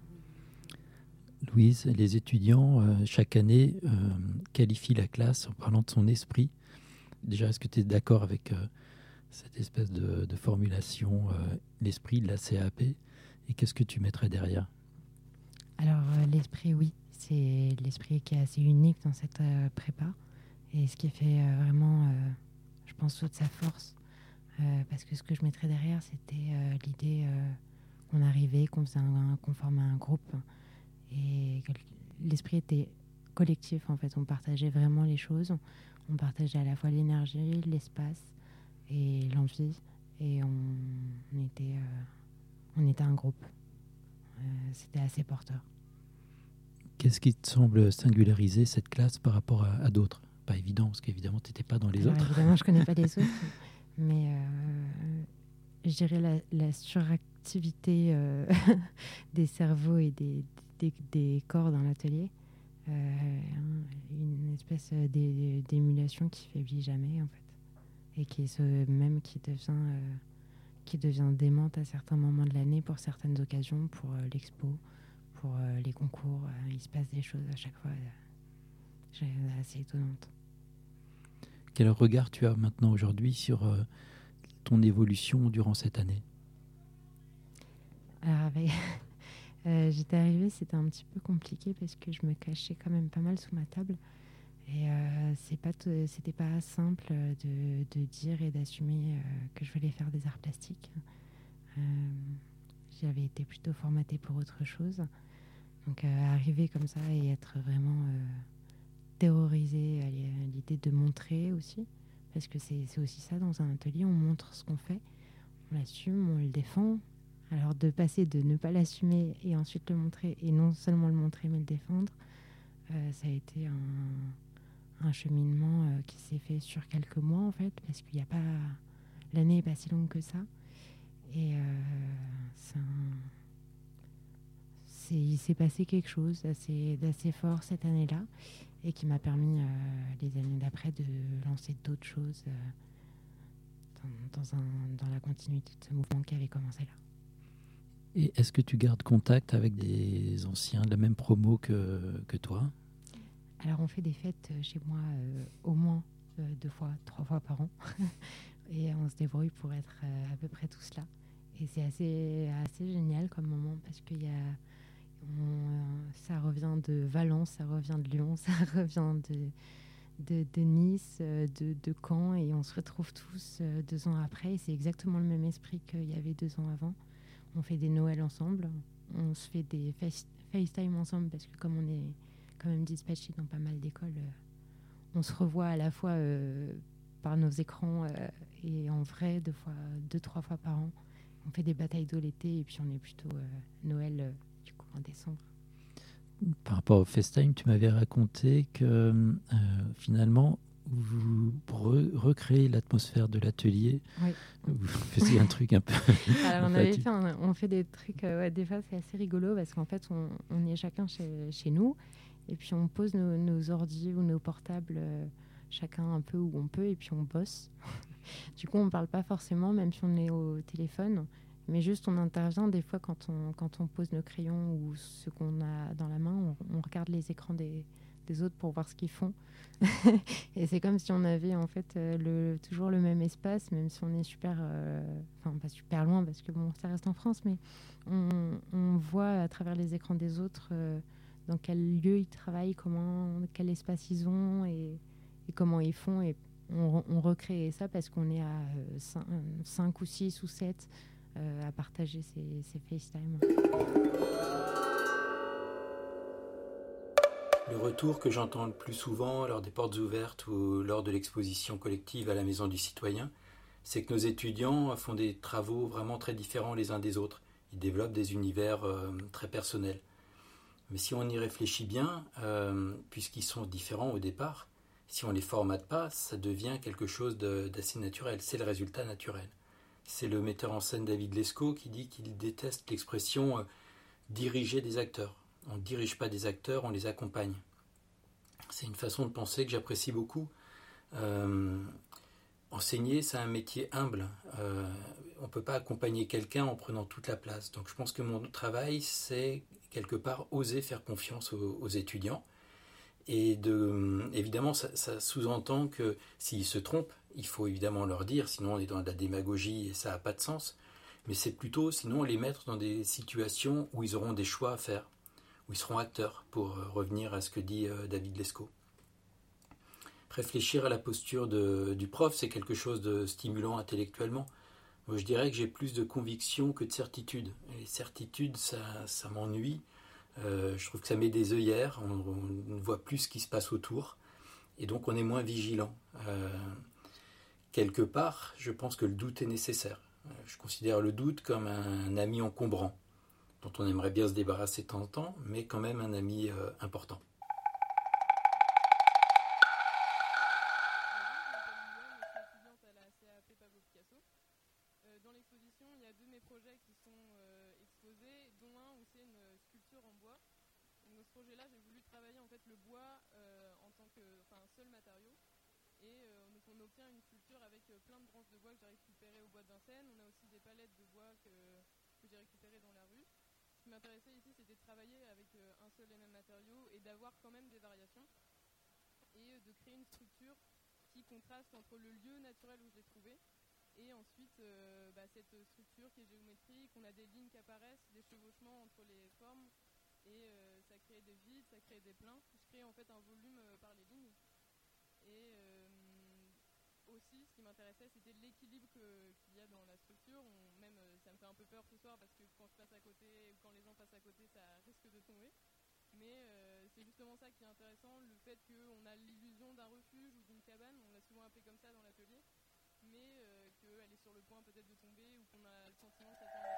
Louise, les étudiants, euh, chaque année, euh, qualifient la classe en parlant de son esprit. Déjà, est-ce que tu es d'accord avec euh, cette espèce de, de formulation, euh, l'esprit de la C A P? Et qu'est-ce que tu mettrais derrière? Alors, euh, l'esprit, oui. C'est l'esprit qui est assez unique dans cette euh, prépa. Et ce qui fait euh, vraiment, euh, je pense, toute sa force. Euh, parce que ce que je mettrais derrière, c'était euh, l'idée euh, qu'on arrivait, qu'on faisait un, qu'on formait un groupe. Et que l'esprit était collectif, en fait. On partageait vraiment les choses. On partageait à la fois l'énergie, l'espace et l'envie. Et on, on, était, euh, on était un groupe. Euh, c'était assez porteur. Qu'est-ce qui te semble singulariser cette classe par rapport à, à d'autres? Pas évident, parce qu'évidemment, tu n'étais pas dans les Alors, autres. Évidemment, je ne connais pas les autres. Mais euh, je dirais la, la suractivité euh, des cerveaux et des... Des, des corps dans l'atelier, euh, une espèce d'é, d'émulation qui faiblit jamais en fait, et qui est ce même qui devient euh, qui devient démente à certains moments de l'année pour certaines occasions, pour euh, l'expo, pour euh, les concours. Euh, il se passe des choses à chaque fois euh, assez étonnantes. Quel regard tu as maintenant aujourd'hui sur euh, ton évolution durant cette année? Alors avec Euh, j'étais arrivée, c'était un petit peu compliqué parce que je me cachais quand même pas mal sous ma table. Et euh, c'est pas t- c'était pas simple de, de dire et d'assumer euh, que je voulais faire des arts plastiques. Euh, j'avais été plutôt formatée pour autre chose. Donc euh, arriver comme ça et être vraiment euh, terrorisée à l'idée de montrer aussi. Parce que c'est, c'est aussi ça dans un atelier, on montre ce qu'on fait, on l'assume, on le défend. Alors de passer de ne pas l'assumer et ensuite le montrer, et non seulement le montrer mais le défendre, euh, ça a été un, un cheminement euh, qui s'est fait sur quelques mois en fait, parce qu'il y a pas, l'année n'est pas si longue que ça. Et euh, c'est un, c'est, il s'est passé quelque chose d'assez, d'assez fort cette année-là, et qui m'a permis euh, les années d'après de lancer d'autres choses euh, dans, dans, un, dans la continuité de ce mouvement qui avait commencé là. Et est-ce que tu gardes contact avec des anciens de la même promo que, que toi? Alors on fait des fêtes chez moi euh, au moins euh, deux fois, trois fois par an. Et on se débrouille pour être euh, à peu près tous là. et c'est assez, assez génial comme moment parce que y a, on, ça revient de Valence, ça revient de Lyon, ça revient de, de, de Nice, de, de Caen, et on se retrouve tous deux ans après. Et c'est exactement le même esprit qu'il y avait deux ans avant. On fait des Noëls ensemble, on se fait des face, FaceTime ensemble parce que comme on est quand même dispatché dans pas mal d'écoles, euh, on se revoit à la fois euh, par nos écrans euh, et en vrai deux, fois, deux, trois fois par an. On fait des batailles d'eau l'été et puis on est plutôt euh, Noël euh, du coup en décembre. Par rapport au FaceTime, tu m'avais raconté que euh, finalement, vous re- recréez l'atmosphère de l'atelier. Oui. Vous faisiez un truc un peu... Alors on, avait fait un, on fait des trucs, euh, ouais, des fois c'est assez rigolo parce qu'en fait on, on est chacun chez, chez nous et puis on pose nos, nos ordis ou nos portables euh, chacun un peu où on peut et puis on bosse. Du coup on ne parle pas forcément même si on est au téléphone, mais juste on intervient des fois quand on, quand on pose nos crayons ou ce qu'on a dans la main, on, on regarde les écrans des, des autres pour voir ce qu'ils font. Et c'est comme si on avait en fait euh, le, toujours le même espace, même si on est super, enfin euh, pas super loin parce que bon, ça reste en France, mais on, on voit à travers les écrans des autres euh, dans quel lieu ils travaillent, comment, quel espace ils ont et, et comment ils font. Et on, on recrée ça parce qu'on est à cinq ou six ou sept euh, à partager ces, ces FaceTime. Le retour que j'entends le plus souvent lors des portes ouvertes ou lors de l'exposition collective à la Maison du Citoyen, c'est que nos étudiants font des travaux vraiment très différents les uns des autres. Ils développent des univers euh, très personnels. Mais si on y réfléchit bien, euh, puisqu'ils sont différents au départ, si on ne les formate pas, ça devient quelque chose de, d'assez naturel. C'est le résultat naturel. C'est le metteur en scène David Lescaut qui dit qu'il déteste l'expression euh, « diriger des acteurs ». On ne dirige pas des acteurs, on les accompagne. C'est une façon de penser que j'apprécie beaucoup. Euh, enseigner, c'est un métier humble. Euh, on ne peut pas accompagner quelqu'un en prenant toute la place. Donc je pense que mon travail, c'est quelque part oser faire confiance aux, aux étudiants. Et de, évidemment, ça, ça sous-entend que s'ils se trompent, il faut évidemment leur dire, sinon on est dans de la démagogie et ça n'a pas de sens. Mais c'est plutôt, sinon, les mettre dans des situations où ils auront des choix à faire, où ils seront acteurs, pour revenir à ce que dit euh, David Lescaut. Réfléchir à la posture de, du prof, c'est quelque chose de stimulant intellectuellement. Moi, je dirais que j'ai plus de conviction que de certitude. Et les certitudes, ça, ça m'ennuie. Euh, je trouve que ça met des œillères, on, on ne voit plus ce qui se passe autour, et donc on est moins vigilant. Euh, quelque part, je pense que le doute est nécessaire. Je considère le doute comme un ami encombrant, dont on aimerait bien se débarrasser de temps en temps, mais quand même un ami euh, important. Dans l'exposition, il y a deux de mes projets qui sont euh, exposés, dont un où c'est une sculpture en bois. Donc, dans ce projet-là, j'ai voulu travailler en fait le bois euh, en tant que, enfin, seul matériau. Et euh, donc on obtient une sculpture avec euh, plein de branches de bois que j'ai récupérées au bois de Vincennes. On a aussi des palettes de bois que, que j'ai récupérées dans la rue. Ce qui m'intéressait ici, c'était de travailler avec euh, un seul et même matériau et d'avoir quand même des variations. Et euh, de créer une structure qui contraste entre le lieu naturel où je l'ai trouvé et ensuite euh, bah, cette structure qui est géométrique. On a des lignes qui apparaissent, des chevauchements entre les formes et euh, ça crée des vides, ça crée des pleins. Je crée en fait un volume euh, par les lignes. Et euh, aussi, ce qui m'intéressait, c'était l'équilibre que, qu'il y a dans la structure. On, même, euh, ça me fait un peu peur ce soir parce que quand je passe à côté, ou quand les gens passent à côté, ça risque de tomber. Mais euh, c'est justement ça qui est intéressant, le fait qu'on a l'illusion d'un refuge ou d'une cabane, on l'a souvent appelé comme ça dans l'atelier, mais euh, qu'elle est sur le point peut-être de tomber ou qu'on a le sentiment que ça tient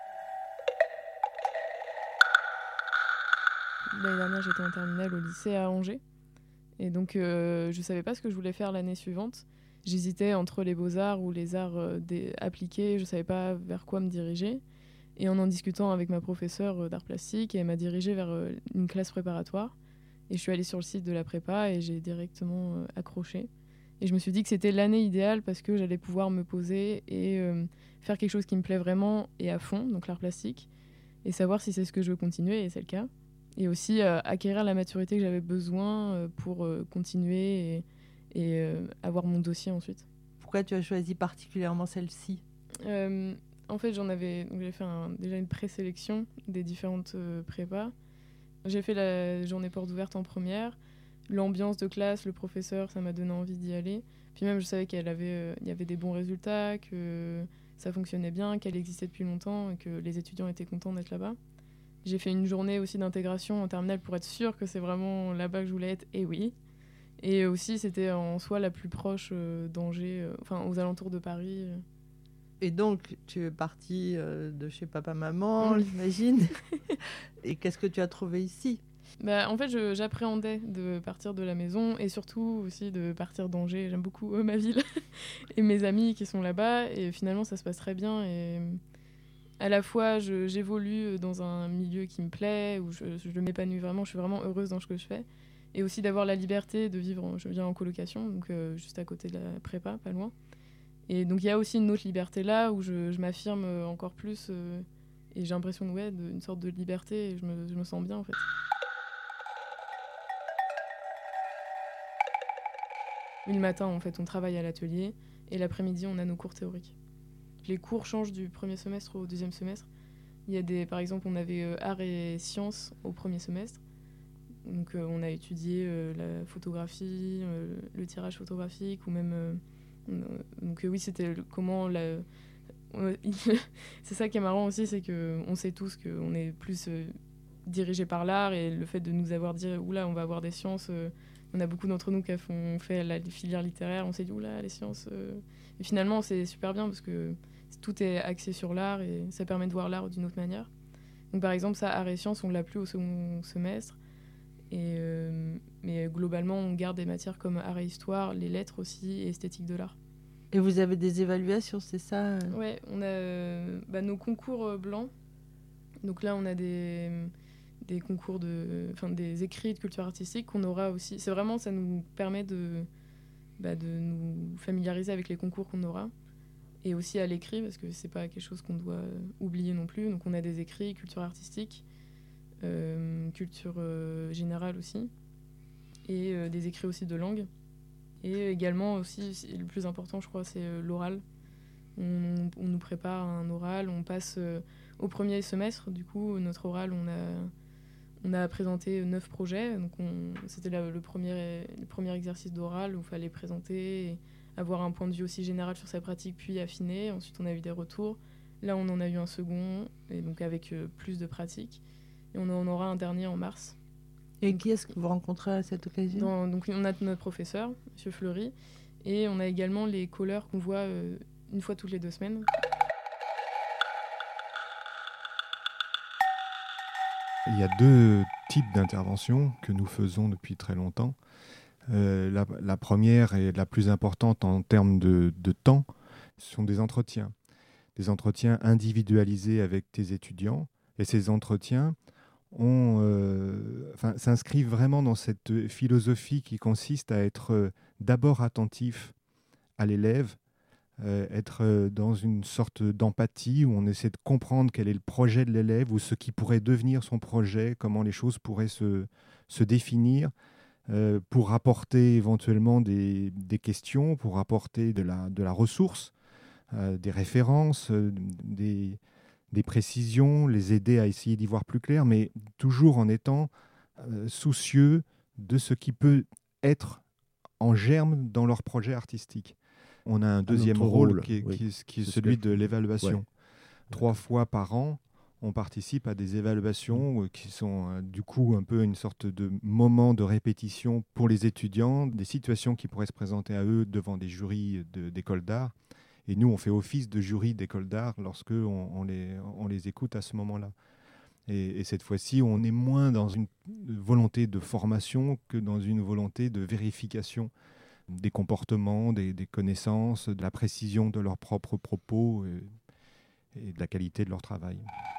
à la L'année dernière, j'étais en terminale au lycée à Angers. Et donc, euh, je ne savais pas ce que je voulais faire l'année suivante. J'hésitais entre les beaux-arts ou les arts euh, des, appliqués. Je ne savais pas vers quoi me diriger. Et en en discutant avec ma professeure d'art plastique, elle m'a dirigée vers euh, une classe préparatoire. Et je suis allée sur le site de la prépa et j'ai directement euh, accroché. Et je me suis dit que c'était l'année idéale parce que j'allais pouvoir me poser et euh, faire quelque chose qui me plaît vraiment et à fond, donc l'art plastique, et savoir si c'est ce que je veux continuer, et c'est le cas. Et aussi euh, acquérir la maturité que j'avais besoin euh, pour euh, continuer et, et euh, avoir mon dossier ensuite. Pourquoi tu as choisi particulièrement celle-ci ? euh, En fait, j'en avais, donc j'ai fait un, déjà une présélection des différentes euh, prépas. J'ai fait la journée porte ouverte en première. L'ambiance de classe, le professeur, ça m'a donné envie d'y aller. Puis même, je savais qu'il euh, y avait des bons résultats, que ça fonctionnait bien, qu'elle existait depuis longtemps et que les étudiants étaient contents d'être là-bas. J'ai fait une journée aussi d'intégration en terminale pour être sûre que c'est vraiment là-bas que je voulais être, et oui. Et aussi, c'était en soi la plus proche euh, d'Angers, euh, enfin aux alentours de Paris. Euh. Et donc, tu es partie euh, de chez papa-maman, Oui. j'imagine. Et qu'est-ce que tu as trouvé ici ? Bah, en fait, je, j'appréhendais de partir de la maison et surtout aussi de partir d'Angers. J'aime beaucoup euh, ma ville et mes amis qui sont là-bas. Et finalement, ça se passe très bien. Et à la fois, je, j'évolue dans un milieu qui me plaît, où je, je m'épanouis vraiment. Je suis vraiment heureuse dans ce que je fais. Et aussi d'avoir la liberté de vivre. En, je viens en colocation, donc euh, juste à côté de la prépa, pas loin. Et donc, il y a aussi une autre liberté là où je, je m'affirme encore plus. Euh, et j'ai l'impression ouais, d'une sorte de liberté. Et je me, je me sens bien, en fait. Le matin, en fait, on travaille à l'atelier et l'après-midi, on a nos cours théoriques. Les cours changent du premier semestre au deuxième semestre. Il y a des, par exemple, on avait euh, arts et sciences au premier semestre. Donc, euh, on a étudié euh, la photographie, euh, le tirage photographique, ou même. Euh, donc, euh, oui, c'était le, comment la. C'est ça qui est marrant aussi, c'est qu'on sait tous qu'on est plus euh, dirigé par l'art et le fait de nous avoir dit, oula, on va avoir des sciences. Euh, On a beaucoup d'entre nous qui ont fait la filière littéraire. On s'est dit, oula, les sciences. Euh... Et finalement, c'est super bien parce que tout est axé sur l'art et ça permet de voir l'art d'une autre manière. Donc, par exemple, ça, art et sciences, on l'a plus au second semestre. Et, euh... Mais globalement, on garde des matières comme art et histoire, les lettres aussi et esthétique de l'art. Et vous avez des évaluations, c'est ça ? Ouais, on a euh, bah, nos concours euh, blancs. Donc là, on a des. des concours de, enfin des écrits de culture artistique qu'on aura aussi. C'est vraiment, ça nous permet de, bah, de nous familiariser avec les concours qu'on aura et aussi à l'écrit parce que c'est pas quelque chose qu'on doit oublier non plus. Donc on a des écrits, culture artistique, euh, culture euh, générale aussi et euh, des écrits aussi de langue. Et également aussi, le plus important je crois, c'est euh, l'oral. On, on nous prépare un oral, on passe euh, au premier semestre, du coup notre oral on a On a présenté neuf projets, donc on, c'était la, le, premier, le premier exercice d'oral où il fallait présenter, et avoir un point de vue aussi général sur sa pratique, puis affiner. Ensuite, on a eu des retours. Là, on en a eu un second, et donc avec euh, plus de pratique. Et on en aura un dernier en mars. Et qui est-ce que vous rencontrez à cette occasion ? Dans, donc, on a notre professeur, M. Fleury, et on a également les calleurs qu'on voit euh, une fois toutes les deux semaines. Il y a deux types d'interventions que nous faisons depuis très longtemps. Euh, la, la première et la plus importante en termes de, de temps, ce sont des entretiens. Des entretiens individualisés avec tes étudiants. Et ces entretiens ont, euh, enfin, s'inscrivent vraiment dans cette philosophie qui consiste à être euh, d'abord attentif à l'élève, Euh, être euh, dans une sorte d'empathie où on essaie de comprendre quel est le projet de l'élève ou ce qui pourrait devenir son projet, comment les choses pourraient se, se définir, euh, pour apporter éventuellement des, des questions, pour apporter de la, de la ressource, euh, des références, euh, des, des précisions, les aider à essayer d'y voir plus clair, mais toujours en étant euh, soucieux de ce qui peut être en germe dans leur projet artistique. On a un deuxième rôle, rôle qui est, oui. qui est, qui est celui de l'évaluation. Ouais. Trois fois par an, on participe à des évaluations qui sont euh, du coup un peu une sorte de moment de répétition pour les étudiants, des situations qui pourraient se présenter à eux devant des jurys de, d'école d'art. Et nous, on fait office de jury d'école d'art lorsque on, on, les, on les écoute à ce moment-là. Et, et cette fois-ci, on est moins dans une volonté de formation que dans une volonté de vérification des comportements, des, des connaissances, de la précision de leurs propres propos et, et de la qualité de leur travail.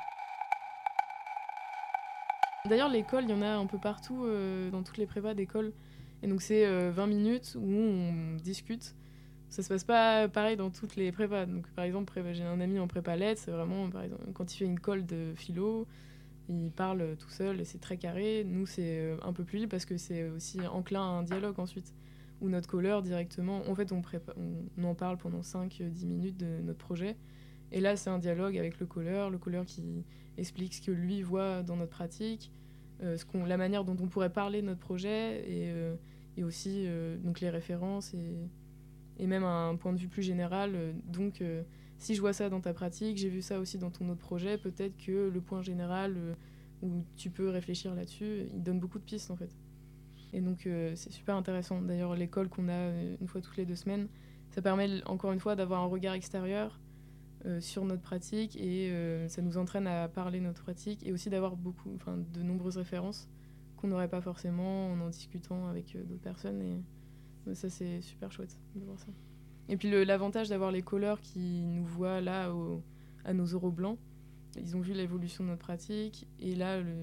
D'ailleurs, l'école, il y en a un peu partout, euh, dans toutes les prépas d'école. Et donc, c'est euh, vingt minutes où on discute. Ça se passe pas pareil dans toutes les prépas. Donc, par exemple, prépa, j'ai un ami en prépa lettres, c'est vraiment, par exemple, quand il fait une colle de philo, il parle tout seul et c'est très carré. Nous, c'est un peu plus libre parce que c'est aussi enclin à un dialogue ensuite. Où notre calleur directement, en fait, on, prépa- on en parle pendant cinq à dix minutes de notre projet. Et là, c'est un dialogue avec le colleur, le colleur qui explique ce que lui voit dans notre pratique, euh, ce qu'on, la manière dont on pourrait parler de notre projet, et, euh, et aussi euh, donc les références, et, et même un point de vue plus général. Euh, donc, euh, si je vois ça dans ta pratique, j'ai vu ça aussi dans ton autre projet, peut-être que le point général euh, où tu peux réfléchir là-dessus, il donne beaucoup de pistes, en fait. Et donc, euh, c'est super intéressant. D'ailleurs, l'école qu'on a euh, une fois toutes les deux semaines, ça permet, encore une fois, d'avoir un regard extérieur Euh, sur notre pratique, et euh, ça nous entraîne à parler notre pratique, et aussi d'avoir beaucoup, enfin, de nombreuses références qu'on n'aurait pas forcément en en discutant avec euh, d'autres personnes, et euh, ça c'est super chouette de voir ça. Et puis le, l'avantage d'avoir les colleurs qui nous voient là au, à nos oraux blancs, ils ont vu l'évolution de notre pratique, et là le,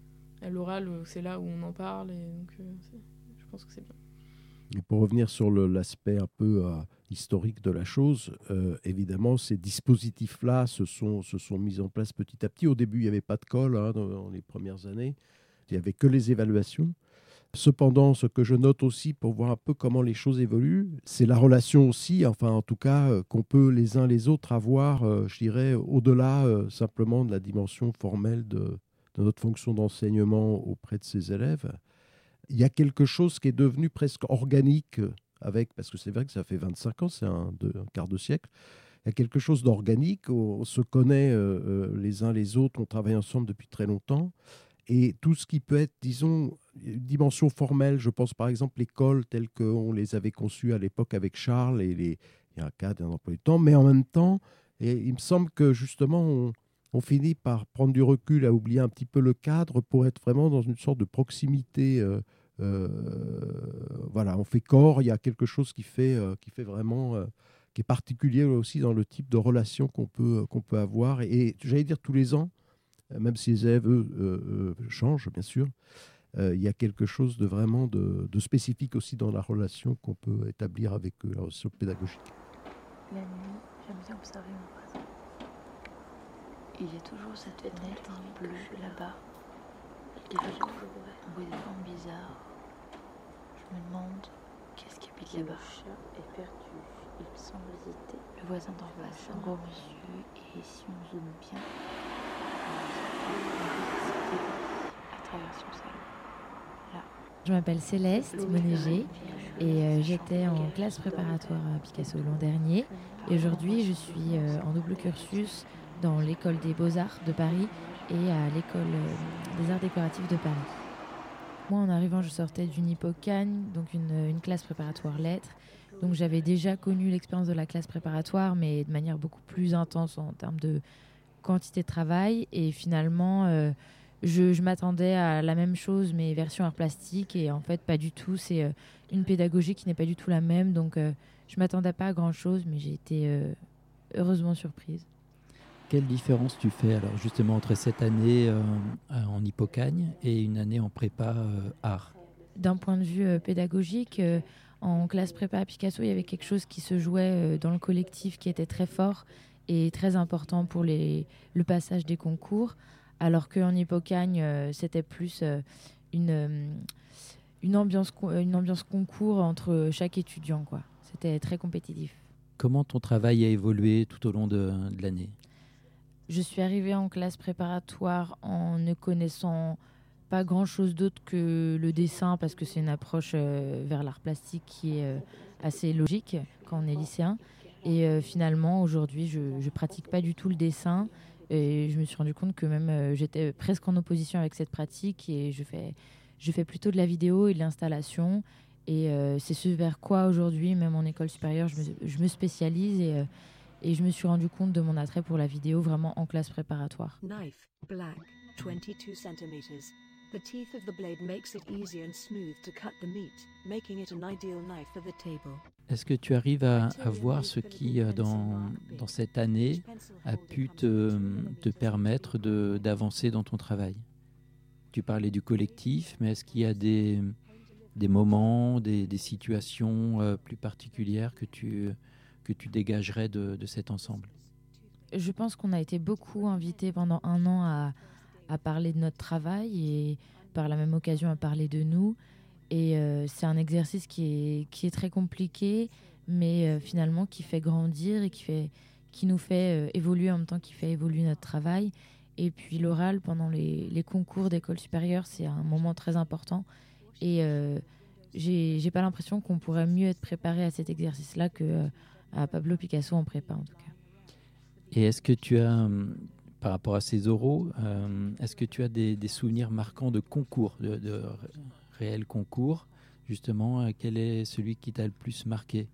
à l'oral c'est là où on en parle, et donc euh, je pense que c'est bien. Et pour revenir sur le, l'aspect un peu euh, historique de la chose, euh, évidemment, ces dispositifs-là se sont, se sont mis en place petit à petit. Au début, il n'y avait pas de colle hein, dans, dans les premières années. Il n'y avait que les évaluations. Cependant, ce que je note aussi pour voir un peu comment les choses évoluent, c'est la relation aussi, enfin en tout cas, euh, qu'on peut les uns les autres avoir, euh, je dirais, au-delà euh, simplement de la dimension formelle de, de notre fonction d'enseignement auprès de ces élèves. Il y a quelque chose qui est devenu presque organique avec, parce que c'est vrai que ça fait vingt-cinq ans, c'est un, de, un quart de siècle. Il y a quelque chose d'organique, on, on se connaît euh, euh, les uns les autres, on travaille ensemble depuis très longtemps. Et tout ce qui peut être, disons, une dimension formelle, je pense par exemple l'école telle qu'on les avait conçues à l'époque avec Charles, et les, il y a un cadre, un emploi du temps, mais en même temps, et il me semble que justement, on, on finit par prendre du recul, à oublier un petit peu le cadre pour être vraiment dans une sorte de proximité. Euh, euh, voilà, on fait corps, il y a quelque chose qui fait, euh, qui fait vraiment, euh, qui est particulier aussi dans le type de relation qu'on peut, qu'on peut avoir. Et, et j'allais dire tous les ans, même si les élèves, eux, euh, euh, changent, bien sûr, euh, il y a quelque chose de vraiment de, de spécifique aussi dans la relation qu'on peut établir avec eux, la relation pédagogique. La nuit, j'aime bien observer mon voisin. Il y a toujours cette fenêtre bleue là-bas. Il fait toujours on voit des formes bizarres. Je me demande qu'est-ce qui habite là-bas. Le chat est perdu. Il semble hésiter. Le voisin d'en face, un gros monsieur, et si on zoome bien, à travers son salon. Là. Je m'appelle Céleste Monéger et euh, j'étais en classe préparatoire à Picasso l'an dernier. Et aujourd'hui, je suis euh, en double cursus dans l'école des Beaux-Arts de Paris et à l'école euh, des Arts décoratifs de Paris. Moi, en arrivant, je sortais d'une Hippocagne, donc une, une classe préparatoire lettres. Donc j'avais déjà connu l'expérience de la classe préparatoire, mais de manière beaucoup plus intense en termes de quantité de travail. Et finalement, euh, je, je m'attendais à la même chose, mais version art plastique. Et en fait, pas du tout. C'est euh, une pédagogie qui n'est pas du tout la même. Donc euh, je ne m'attendais pas à grand-chose, mais j'ai été euh, heureusement surprise. Quelle différence tu fais alors justement entre cette année euh, en Hippocagne et une année en prépa euh, art? D'un point de vue euh, pédagogique, euh, en classe prépa à Picasso, il y avait quelque chose qui se jouait euh, dans le collectif qui était très fort et très important pour les, le passage des concours, alors qu'en Hippocagne, euh, c'était plus euh, une, euh, une, ambiance, une ambiance concours entre chaque étudiant, quoi. C'était très compétitif. Comment ton travail a évolué tout au long de, de l'année? Je suis arrivée en classe préparatoire en ne connaissant pas grand-chose d'autre que le dessin, parce que c'est une approche euh, vers l'art plastique qui est euh, assez logique quand on est lycéen. Et euh, finalement, aujourd'hui, je ne pratique pas du tout le dessin. Et je me suis rendu compte que même euh, j'étais presque en opposition avec cette pratique. Et je fais, je fais plutôt de la vidéo et de l'installation. Et euh, c'est ce vers quoi aujourd'hui, même en école supérieure, je me, je me spécialise. Et, euh, et je me suis rendu compte de mon attrait pour la vidéo vraiment en classe préparatoire. Knife, black, twenty-two centimeters. The teeth of the blade makes it easy and smooth to cut the meat, making it an ideal knife for the table. Est-ce que tu arrives à, à voir ce qui, dans, dans cette année, a pu te, te permettre de, d'avancer dans ton travail? Tu parlais du collectif, mais est-ce qu'il y a des, des moments, des, des situations euh, plus particulières que tu, que tu dégagerais de, de cet ensemble? Je pense qu'on a été beaucoup invités pendant un an à, à parler de notre travail et par la même occasion à parler de nous. Et euh, c'est un exercice qui est, qui est très compliqué, mais euh, finalement qui fait grandir et qui, fait, qui nous fait euh, évoluer en même temps qu'il fait évoluer notre travail. Et puis l'oral, pendant les, les concours d'école supérieure, c'est un moment très important. Et euh, j'ai, j'ai pas l'impression qu'on pourrait mieux être préparé à cet exercice-là que euh, à Pablo Picasso en prépa, en tout cas. Et est-ce que tu as, euh, par rapport à ces oraux, euh, est-ce que tu as des, des souvenirs marquants de concours, de, de ré- réels concours, justement, euh, quel est celui qui t'a le plus marqué?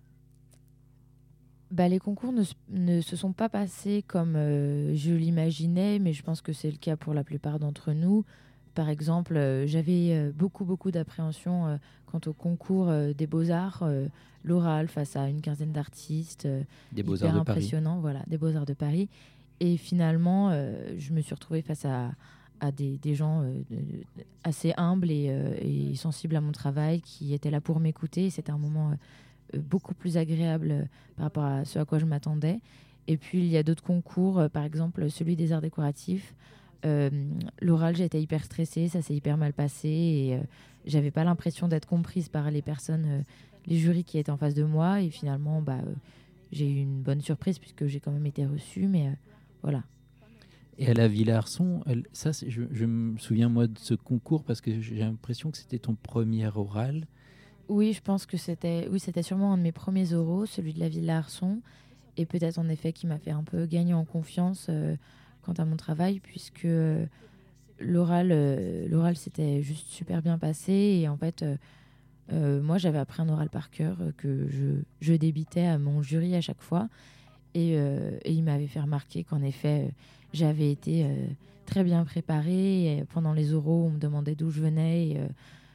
Bah, les concours ne, s- ne se sont pas passés comme euh, je l'imaginais, mais je pense que c'est le cas pour la plupart d'entre nous. Par exemple, euh, j'avais euh, beaucoup, beaucoup d'appréhension euh, quant au concours euh, des Beaux-Arts, euh, l'oral face à une quinzaine d'artistes. euh, Des Beaux-Arts hyper de Paris. impressionnant, voilà, des Beaux-Arts de Paris. Et finalement, euh, je me suis retrouvée face à, à des, des gens euh, de- de- assez humbles et, euh, et sensibles à mon travail, qui étaient là pour m'écouter. C'était un moment euh, beaucoup plus agréable euh, par rapport à ce à quoi je m'attendais. Et puis, il y a d'autres concours, euh, par exemple celui des arts décoratifs. Euh, L'oral, j'étais hyper stressée, ça s'est hyper mal passé et euh, j'avais pas l'impression d'être comprise par les personnes, euh, les jurys qui étaient en face de moi. Et finalement, bah, euh, j'ai eu une bonne surprise puisque j'ai quand même été reçue, mais euh, voilà. Et à la Villa Arson, elle- ça, c'est- je, je me souviens moi de ce concours parce que j'ai l'impression que c'était ton premier oral. Oui, je pense que c'était, oui, c'était sûrement un de mes premiers oraux, celui de la Villa Arson, et peut-être en effet qui m'a fait un peu gagner en confiance euh, quant à mon travail, puisque euh, l'oral, euh, l'oral s'était juste super bien passé, et en fait, euh, euh, moi j'avais appris un oral par cœur euh, que je, je débitais à mon jury à chaque fois, et, euh, et il m'avait fait remarquer qu'en effet, euh, j'avais été euh, très bien préparée, et pendant les oraux, on me demandait d'où je venais, et, euh,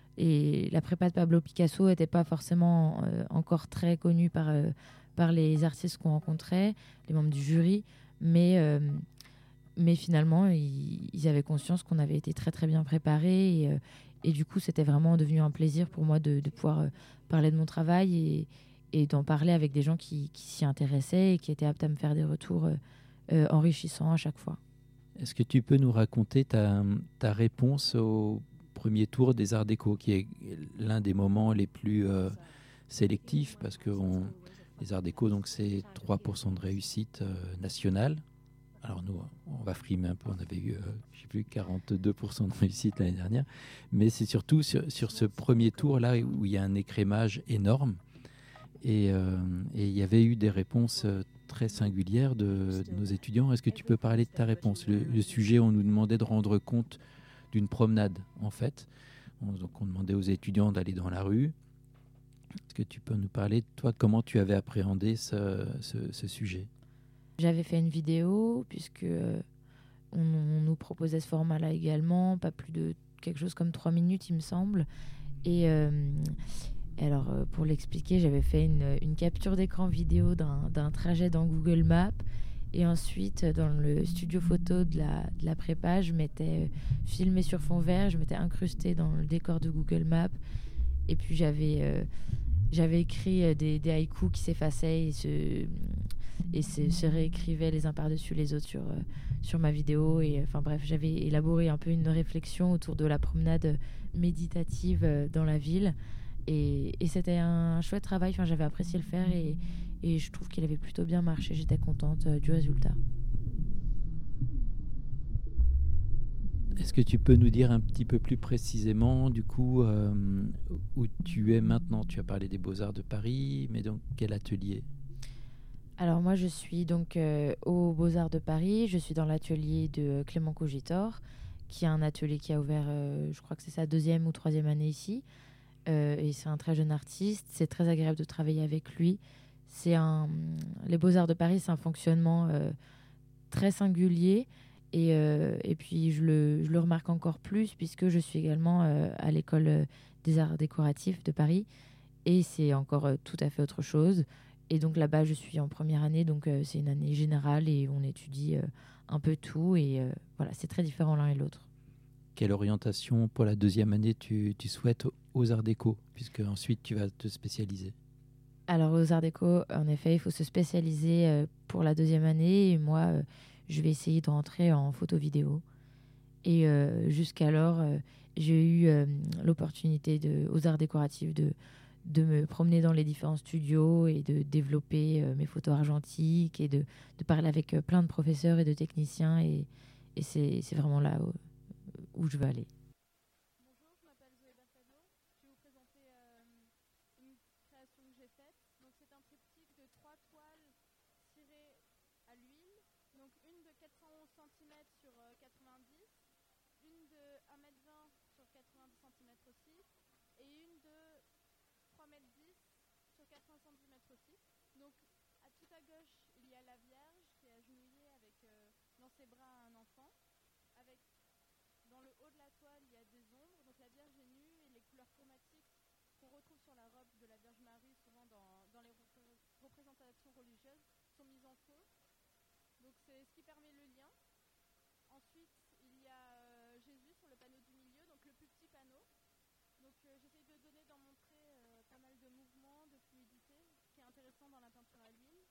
et la prépa de Pablo Picasso n'était pas forcément euh, encore très connue par, euh, par les artistes qu'on rencontrait, les membres du jury. Mais, euh, mais finalement, ils, ils avaient conscience qu'on avait été très très bien préparés. Et, euh, et du coup, c'était vraiment devenu un plaisir pour moi de, de pouvoir euh, parler de mon travail et, et d'en parler avec des gens qui, qui s'y intéressaient et qui étaient aptes à me faire des retours euh, euh, enrichissants à chaque fois. Est-ce que tu peux nous raconter ta, ta réponse au premier tour des Arts Déco, qui est l'un des moments les plus euh, sélectifs, parce que on, les Arts Déco, donc c'est trois pour cent de réussite euh, nationale. Alors nous, on va frimer un peu, on avait eu, euh, je sais plus, quarante-deux pour cent de réussite l'année dernière, mais c'est surtout sur, sur ce premier tour-là où il y a un écrémage énorme, et euh, et il y avait eu des réponses euh, très singulières de, de nos étudiants. Est-ce que tu peux parler de ta réponse? Le, le sujet, on nous demandait de rendre compte d'une promenade, en fait. On, donc on demandait aux étudiants d'aller dans la rue. Est-ce que tu peux nous parler, toi, comment tu avais appréhendé ce, ce, ce sujet? J'avais fait une vidéo, puisque euh, on, on nous proposait ce format-là également, pas plus de quelque chose comme trois minutes, il me semble. Et euh, alors, euh, pour l'expliquer, j'avais fait une, une capture d'écran vidéo d'un, d'un trajet dans Google Maps. Et ensuite, dans le studio photo de la, de la prépa, je m'étais euh, filmée sur fond vert, je m'étais incrustée dans le décor de Google Maps. Et puis, j'avais, euh, j'avais écrit euh, des, des haïkus qui s'effaçaient et, se, et se, se réécrivaient les uns par-dessus les autres sur, euh, sur ma vidéo. Et enfin bref, j'avais élaboré un peu une réflexion autour de la promenade méditative euh, dans la ville. Et, et c'était un chouette travail, enfin, j'avais apprécié le faire et, et je trouve qu'il avait plutôt bien marché. J'étais contente euh, du résultat. Est-ce que tu peux nous dire un petit peu plus précisément, du coup, euh, où tu es maintenant? Tu as parlé des Beaux-Arts de Paris, mais donc quel atelier? Alors moi, je suis donc euh, aux Beaux-Arts de Paris. Je suis dans l'atelier de Clément Cogitor, qui est un atelier qui a ouvert, euh, je crois que c'est sa deuxième ou troisième année ici. Euh, et c'est un très jeune artiste. C'est très agréable de travailler avec lui. C'est un... Les Beaux-Arts de Paris, c'est un fonctionnement euh, très singulier. Et, euh, et puis, je le, je le remarque encore plus puisque je suis également euh, à l'école des arts décoratifs de Paris. Et c'est encore euh, tout à fait autre chose. Et donc là-bas, je suis en première année. Donc, euh, c'est une année générale et on étudie euh, un peu tout. Et euh, voilà, c'est très différent l'un et l'autre. Quelle orientation pour la deuxième année tu, tu souhaites aux Arts Déco, puisque ensuite tu vas te spécialiser? Alors aux Arts Déco, en effet, il faut se spécialiser euh, pour la deuxième année. Et moi, euh, je vais essayer de rentrer en photo-vidéo. Et euh, jusqu'alors, euh, j'ai eu euh, l'opportunité de, aux Arts Décoratifs de, de me promener dans les différents studios et de développer euh, mes photos argentiques et de, de parler avec euh, plein de professeurs et de techniciens. Et, et c'est, c'est vraiment là où, où je veux aller. Bonjour, je m'appelle Zoé Bertado. Je vais vous présenter euh, une création que j'ai faite. Donc, c'est un triptyque de trois toiles tirées à l'huile. Donc, une de quatre cent onze centimètres sur euh, quatre-vingt-dix, une de un mètre vingt sur quatre-vingt-dix centimètres aussi, et une de trois mètres dix sur quatre-vingts centimètres aussi. Donc, à tout à gauche, il y a la Vierge qui est agenouillée avec euh, dans ses bras un enfant. Avec, dans le haut de la toile, il y a des ombres. Donc, la Vierge est nue et les couleurs chromatiques qu'on retrouve sur la robe de la Vierge Marie, souvent dans, dans les repré- représentations religieuses, sont mises en feu. Donc, c'est ce qui permet le lien. Ensuite, il y a euh, Jésus sur le panneau du milieu, donc le plus petit panneau. Donc euh, j'essaye de donner dans mon trait euh, pas mal de mouvements, de fluidité, ce qui est intéressant dans la peinture à l'huile.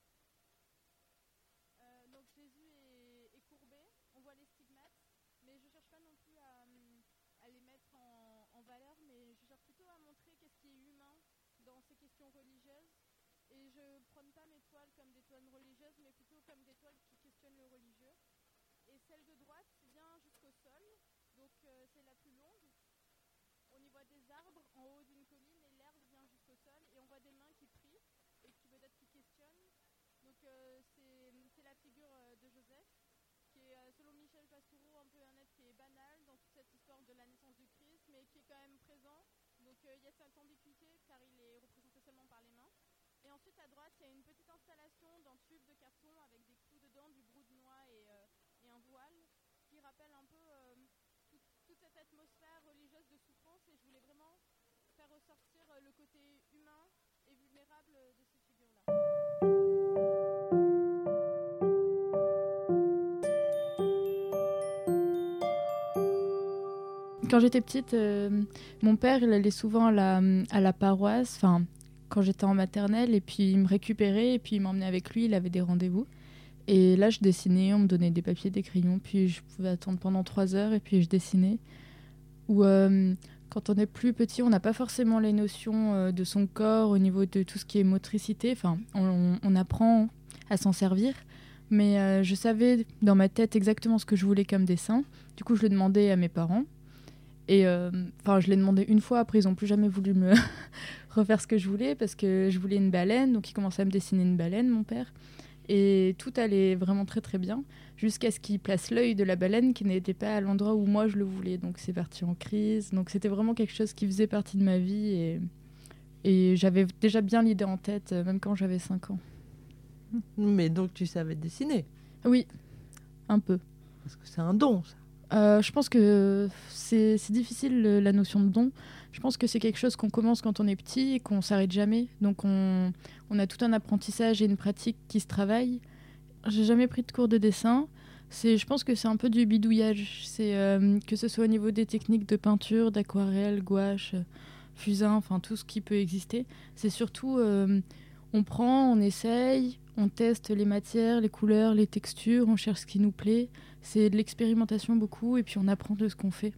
Euh, donc Jésus est, est courbé, on voit les stigmates, mais je ne cherche pas non plus à, à les mettre en, en valeur, mais je cherche plutôt à montrer qu'est-ce qui est humain dans ces questions religieuses. Et je ne prône pas mes toiles comme des toiles religieuses, mais plutôt comme des toiles qui questionnent le religieux. Et celle de droite vient jusqu'au sol, donc euh, c'est la plus longue. On y voit des arbres en haut d'une colline et l'herbe vient jusqu'au sol et on voit des mains qui prient et qui peut-être qui questionnent. Donc euh, c'est, c'est la figure euh, de Joseph qui est euh, selon Michel Pastoureau un peu un être qui est banal dans toute cette histoire de la naissance du Christ mais qui est quand même présent. Donc euh, il y a cette ambiguïté car il est représenté seulement par les mains. Et ensuite à droite il y a une petite installation d'un tube de carton avec des clous dedans, du brou de noix et, euh, et un voile qui rappelle un peu euh, toute, toute cette atmosphère religieuse de souffrance et je voulais vraiment faire ressortir le côté humain et vulnérable de ces figures-là. Quand j'étais petite, euh, mon père il allait souvent à la, à la paroisse, enfin quand j'étais en maternelle et puis il me récupérait et puis il m'emmenait avec lui, il avait des rendez-vous. Et là, je dessinais, on me donnait des papiers, des crayons, puis je pouvais attendre pendant trois heures et puis je dessinais. Ou euh, quand on est plus petit, on n'a pas forcément les notions euh, de son corps au niveau de tout ce qui est motricité. Enfin, on, on apprend à s'en servir. Mais euh, je savais dans ma tête exactement ce que je voulais comme dessin. Du coup, je le demandais à mes parents. Et enfin, euh, je l'ai demandé une fois, après ils n'ont plus jamais voulu me refaire ce que je voulais parce que je voulais une baleine. Donc, ils commençaient à me dessiner une baleine, mon père. Et tout allait vraiment très très bien, jusqu'à ce qu'il place l'œil de la baleine qui n'était pas à l'endroit où moi je le voulais. Donc c'est parti en crise. Donc c'était vraiment quelque chose qui faisait partie de ma vie. Et, et j'avais déjà bien l'idée en tête, même quand j'avais cinq ans. Mais donc tu savais dessiner? Oui, un peu. Parce que c'est un don, ça. Euh, je pense que c'est, c'est difficile la notion de don. Je pense que c'est quelque chose qu'on commence quand on est petit et qu'on ne s'arrête jamais. Donc on, on a tout un apprentissage et une pratique qui se travaille. J'ai jamais pris de cours de dessin. C'est, je pense que c'est un peu du bidouillage. C'est, euh, que ce soit au niveau des techniques de peinture, d'aquarelle, gouache, fusain, enfin tout ce qui peut exister. C'est surtout, euh, on prend, on essaye, on teste les matières, les couleurs, les textures, on cherche ce qui nous plaît. C'est de l'expérimentation beaucoup et puis on apprend de ce qu'on fait.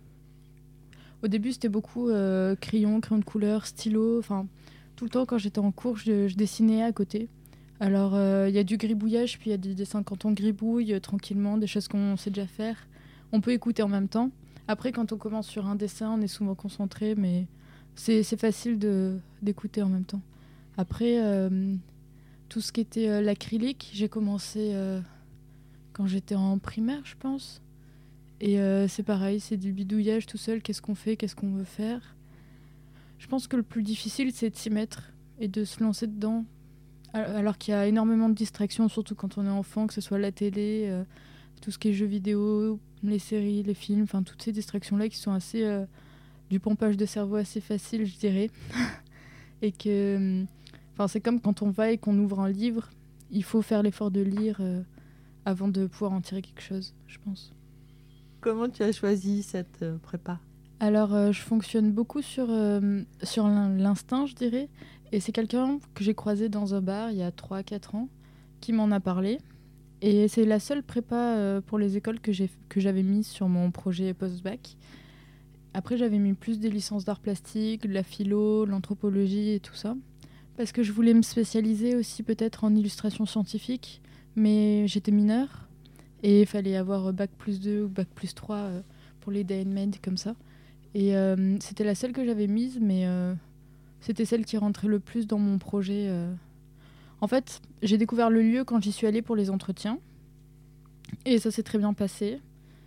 Au début, c'était beaucoup euh, crayon, crayon de couleur, stylo. Enfin, tout le temps, quand j'étais en cours, je, je dessinais à côté. Alors, il euh, y a du gribouillage, puis il y a des dessins quand on gribouille euh, tranquillement, des choses qu'on sait déjà faire. On peut écouter en même temps. Après, quand on commence sur un dessin, on est souvent concentré, mais c'est, c'est facile de, d'écouter en même temps. Après, euh, tout ce qui était euh, l'acrylique, j'ai commencé euh, quand j'étais en primaire, je pense. Et euh, c'est pareil, c'est du bidouillage tout seul. Qu'est-ce qu'on fait, qu'est-ce qu'on veut faire? Je pense que le plus difficile, c'est de s'y mettre et de se lancer dedans. Alors qu'il y a énormément de distractions, surtout quand on est enfant, que ce soit la télé, euh, tout ce qui est jeux vidéo, les séries, les films, enfin toutes ces distractions-là qui sont assez euh, du pompage de cerveau assez facile, je dirais. Et que, enfin, c'est comme quand on va et qu'on ouvre un livre, il faut faire l'effort de lire euh, avant de pouvoir en tirer quelque chose, je pense. Comment tu as choisi cette euh, prépa? Alors, euh, je fonctionne beaucoup sur, euh, sur l'instinct, je dirais. Et c'est quelqu'un que j'ai croisé dans un bar il y a trois à quatre ans qui m'en a parlé. Et c'est la seule prépa euh, pour les écoles que, j'ai, que j'avais mise sur mon projet post-bac. après, j'avais mis plus des licences d'art plastique, de la philo, l'anthropologie et tout ça. Parce que je voulais me spécialiser aussi peut-être en illustration scientifique, mais j'étais mineure et il fallait avoir bac plus deux ou bac plus trois euh, pour les D N Med comme ça. Et euh, c'était la seule que j'avais mise, mais euh, c'était celle qui rentrait le plus dans mon projet. Euh. En fait, j'ai découvert le lieu quand j'y suis allée pour les entretiens et ça s'est très bien passé.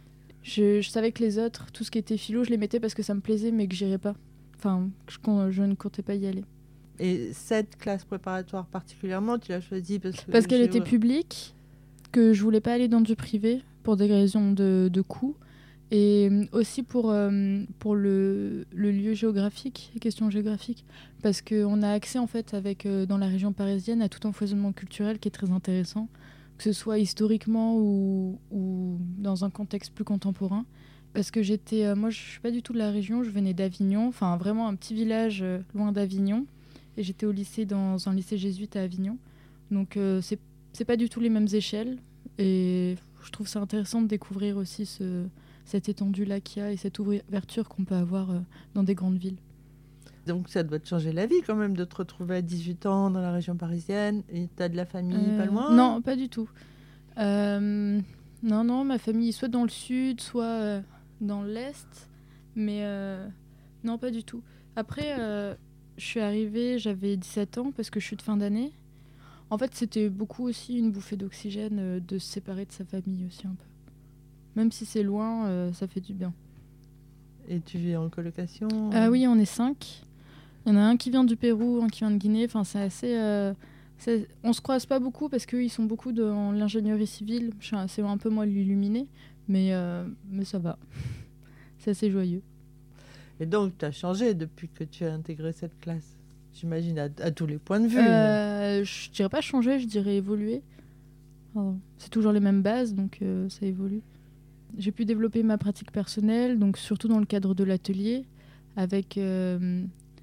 Je, je savais que les autres, tout ce qui était philo, je les mettais parce que ça me plaisait, mais que j'irais pas. Enfin, je, je ne comptais pas y aller. Et cette classe préparatoire particulièrement, tu l'as choisie parce que... Parce qu'elle était publique, que je voulais pas aller dans du privé pour des raisons de, de coût, et aussi pour, euh, pour le, le lieu géographique, les questions géographiques, parce qu'on a accès en fait avec, euh, dans la région parisienne à tout un foisonnement culturel qui est très intéressant, que ce soit historiquement ou, ou dans un contexte plus contemporain. Parce que j'étais, euh, moi je suis pas du tout de la région, je venais d'Avignon, enfin vraiment un petit village euh, loin d'Avignon. Et j'étais au lycée, dans un lycée jésuite à Avignon. Donc, euh, c'est, c'est pas du tout les mêmes échelles. Et je trouve ça intéressant de découvrir aussi ce, cette étendue-là qu'il y a et cette ouverture qu'on peut avoir euh, dans des grandes villes. Donc, ça doit te changer la vie quand même de te retrouver à dix-huit ans dans la région parisienne. Et t'as de la famille euh, pas loin ? Non, pas du tout. Euh, non, non, ma famille, soit dans le sud, soit euh, dans l'est. Mais euh, non, pas du tout. Après... Euh, je suis arrivée, j'avais dix-sept ans parce que je suis de fin d'année. En fait, c'était beaucoup aussi une bouffée d'oxygène euh, de se séparer de sa famille aussi un peu. Même si c'est loin, euh, ça fait du bien. Et tu vis en colocation ? Ah oui, on est cinq. Il y en a un qui vient du Pérou, un qui vient de Guinée. Enfin, c'est assez... Euh, c'est... On se croise pas beaucoup parce qu'eux, ils sont beaucoup dans l'ingénierie civile. C'est un peu moi l'illuminé, mais, euh, mais ça va. C'est assez joyeux. Et donc, tu as changé depuis que tu as intégré cette classe, j'imagine, à, à tous les points de vue. Euh, je dirais pas changer, je dirais évoluer. Pardon. C'est toujours les mêmes bases, donc euh, ça évolue. J'ai pu développer ma pratique personnelle, donc surtout dans le cadre de l'atelier, avec euh,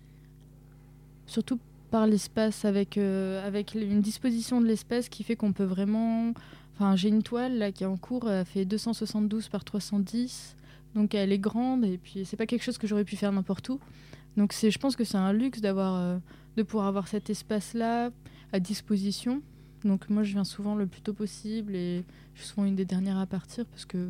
surtout par l'espace, avec, euh, avec une disposition de l'espace qui fait qu'on peut vraiment... Enfin, j'ai une toile là, qui est en cours, elle fait deux cent soixante-douze par trois cent dix. Donc elle est grande et puis c'est pas quelque chose que j'aurais pu faire n'importe où. Donc c'est, je pense que c'est un luxe d'avoir, euh, de pouvoir avoir cet espace-là à disposition. Donc moi je viens souvent le plus tôt possible et je suis souvent une des dernières à partir parce que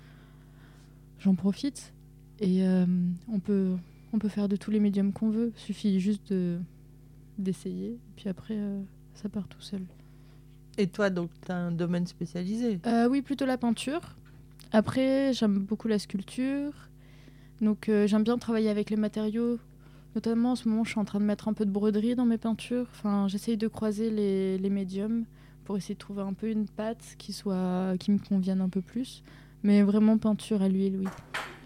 j'en profite. Et euh, on peut, on peut faire de tous les médiums qu'on veut. Il suffit juste de, d'essayer et puis après euh, ça part tout seul. Et toi donc tu as un domaine spécialisé ? euh, Oui, plutôt la peinture. Après, j'aime beaucoup la sculpture, donc euh, j'aime bien travailler avec les matériaux. Notamment, en ce moment, je suis en train de mettre un peu de broderie dans mes peintures. Enfin, j'essaye de croiser les, les médiums pour essayer de trouver un peu une pâte qui, soit, qui me convienne un peu plus. Mais vraiment peinture à l'huile, oui.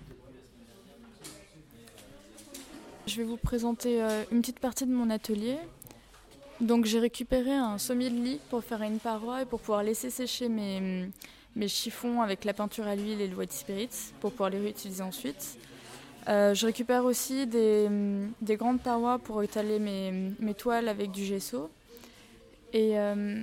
Je vais vous présenter euh, une petite partie de mon atelier. Donc, j'ai récupéré un sommier de lit pour faire une paroi et pour pouvoir laisser sécher mes... mes chiffons avec la peinture à l'huile et le white spirit pour pouvoir les réutiliser ensuite. Euh, je récupère aussi des, des grandes parois pour étaler mes, mes toiles avec du gesso. Et euh,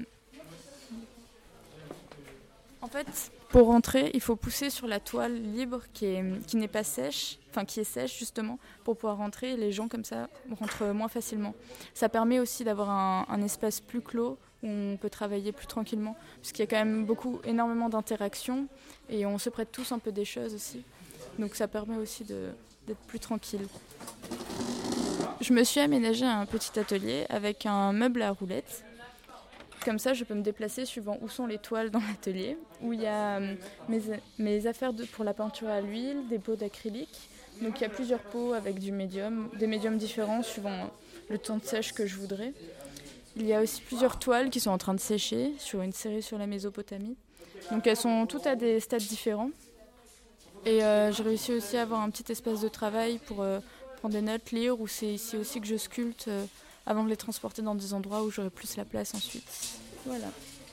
en fait, pour rentrer, il faut pousser sur la toile libre qui, est, qui n'est pas sèche, enfin qui est sèche justement, pour pouvoir rentrer et les gens comme ça rentrent moins facilement. Ça permet aussi d'avoir un, un espace plus clos où on peut travailler plus tranquillement, parce qu'il y a quand même beaucoup, énormément d'interactions et on se prête tous un peu des choses aussi. Donc ça permet aussi de, d'être plus tranquille. Je me suis aménagé un petit atelier avec un meuble à roulettes. Comme ça, je peux me déplacer suivant où sont les toiles dans l'atelier, où il y a mes, mes affaires de, pour la peinture à l'huile, des pots d'acrylique. Donc il y a plusieurs pots avec du médium, des médiums différents suivant le temps de sèche que je voudrais. Il y a aussi plusieurs toiles qui sont en train de sécher sur une série sur la Mésopotamie. Donc elles sont toutes à des stades différents. Et euh, j'ai réussi aussi à avoir un petit espace de travail pour euh, prendre des notes, lire, où c'est ici aussi que je sculpte euh, avant de les transporter dans des endroits où j'aurai plus la place ensuite. Voilà.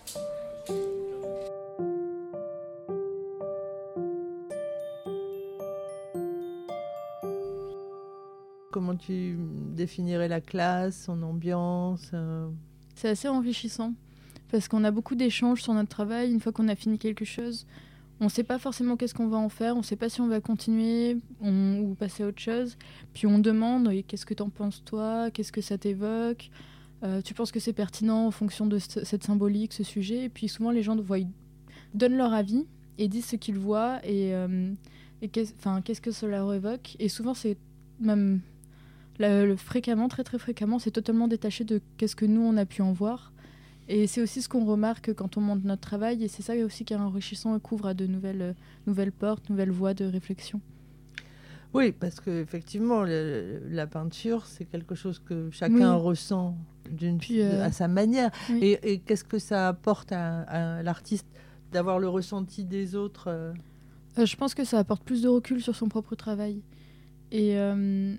Comment tu définirais la classe, son ambiance euh... C'est assez enrichissant parce qu'on a beaucoup d'échanges sur notre travail. Une fois qu'on a fini quelque chose, on ne sait pas forcément qu'est-ce qu'on va en faire, on ne sait pas si on va continuer on, ou passer à autre chose. Puis on demande « qu'est-ce que t'en penses toi ? Qu'est-ce que ça t'évoque ? euh, Tu penses que c'est pertinent en fonction de c- cette symbolique, ce sujet ?» Et puis souvent les gens voient, donnent leur avis et disent ce qu'ils voient et, euh, et qu'est-ce, qu'est-ce que cela leur évoque. Et souvent c'est même la, le, fréquemment, très très fréquemment, c'est totalement détaché de qu'est-ce que nous on a pu en voir. Et c'est aussi ce qu'on remarque quand on monte notre travail, et c'est ça aussi qui est enrichissant et qu'ouvre à de nouvelles, euh, nouvelles portes, nouvelles voies de réflexion. Oui, parce qu'effectivement, la peinture, c'est quelque chose que chacun oui. ressent d'une, Puis, euh, à sa manière. Oui. Et, et qu'est-ce que ça apporte à, à l'artiste d'avoir le ressenti des autres euh... Euh, Je pense que ça apporte plus de recul sur son propre travail. Et euh,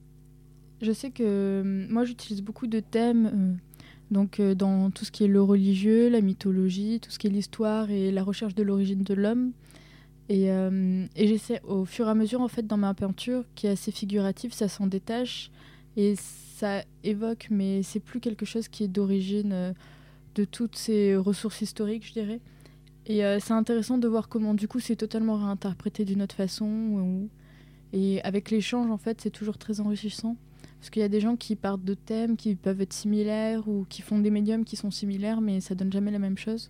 je sais que euh, moi, j'utilise beaucoup de thèmes... Euh, Donc euh, dans tout ce qui est le religieux, la mythologie, tout ce qui est l'histoire et la recherche de l'origine de l'homme. Et, euh, et j'essaie au fur et à mesure, en fait, dans ma peinture, qui est assez figurative, ça s'en détache et ça évoque, mais c'est plus quelque chose qui est d'origine euh, de toutes ces ressources historiques, je dirais. Et euh, c'est intéressant de voir comment, du coup, c'est totalement réinterprété d'une autre façon. Ou... Et avec l'échange, en fait, c'est toujours très enrichissant. Parce qu'il y a des gens qui partent de thèmes qui peuvent être similaires ou qui font des médiums qui sont similaires, mais ça donne jamais la même chose.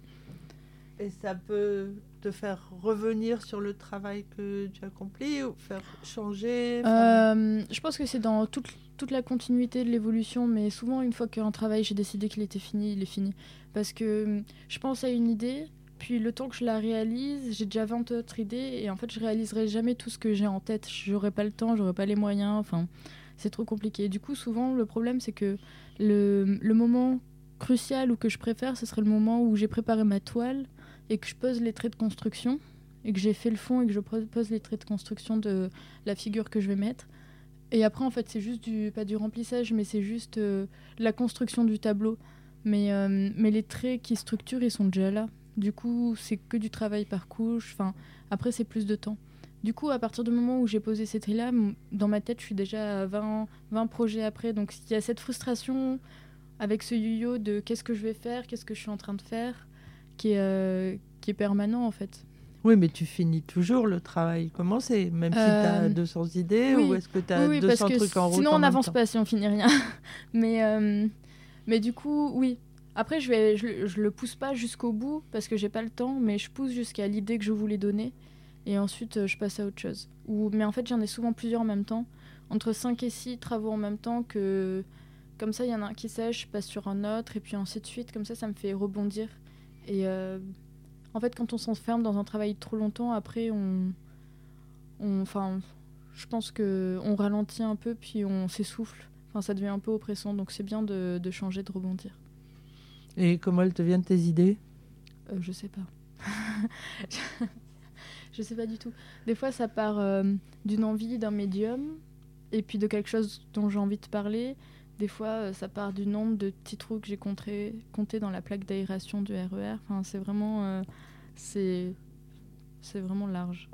Et ça peut te faire revenir sur le travail que tu accomplis ou faire changer euh, Je pense que c'est dans toute, toute la continuité de l'évolution, mais souvent, une fois qu'un travail, j'ai décidé qu'il était fini, il est fini. Parce que je pense à une idée, puis le temps que je la réalise, j'ai déjà vingt autres idées, et en fait, je réaliserai jamais tout ce que j'ai en tête. J'aurai pas le temps, j'aurai pas les moyens, enfin... C'est trop compliqué. Du coup, souvent, le problème, c'est que le, le moment crucial ou que je préfère, ce serait le moment où j'ai préparé ma toile et que je pose les traits de construction et que j'ai fait le fond et que je pose les traits de construction de la figure que je vais mettre. Et après, en fait, c'est juste du, pas du remplissage, mais c'est juste euh, la construction du tableau. Mais, euh, mais les traits qui structurent, ils sont déjà là. Du coup, c'est que du travail par couche. Enfin, après, c'est plus de temps. Du coup, à partir du moment où j'ai posé ces traits-là, dans ma tête, je suis déjà à vingt, vingt projets après. Donc, il y a cette frustration avec ce yo-yo de qu'est-ce que je vais faire, qu'est-ce que je suis en train de faire, qui est, euh, qui est permanent, en fait. Oui, mais tu finis toujours le travail commencé, même si euh, tu as deux cents idées, oui. ou est-ce que tu as oui, oui, deux cents parce que trucs en route sinon, en on n'avance temps. pas si on finit rien. mais, euh, mais du coup, oui. Après, je vais, je, je le pousse pas jusqu'au bout parce que j'ai pas le temps, mais je pousse jusqu'à l'idée que je voulais donner. Et ensuite, euh, je passe à autre chose. Ou, mais en fait, j'en ai souvent plusieurs en même temps. Entre cinq et six travaux en même temps. Que, comme ça, il y en a un qui sèche, je passe sur un autre. Et puis ainsi de suite. Comme ça, ça me fait rebondir. Et euh, en fait, quand on s'enferme dans un travail trop longtemps, après, on... Enfin, je pense qu'on ralentit un peu, puis on s'essouffle. Enfin, ça devient un peu oppressant. Donc, c'est bien de, de changer, de rebondir. Et comment elles te viennent tes idées ? euh, Je sais pas. Je sais pas du tout. Des fois, ça part euh, d'une envie, d'un médium, et puis de quelque chose dont j'ai envie de parler. Des fois, euh, ça part du nombre de petits trous que j'ai comptés compté dans la plaque d'aération du R E R. Enfin, c'est vraiment, euh, c'est, c'est vraiment large.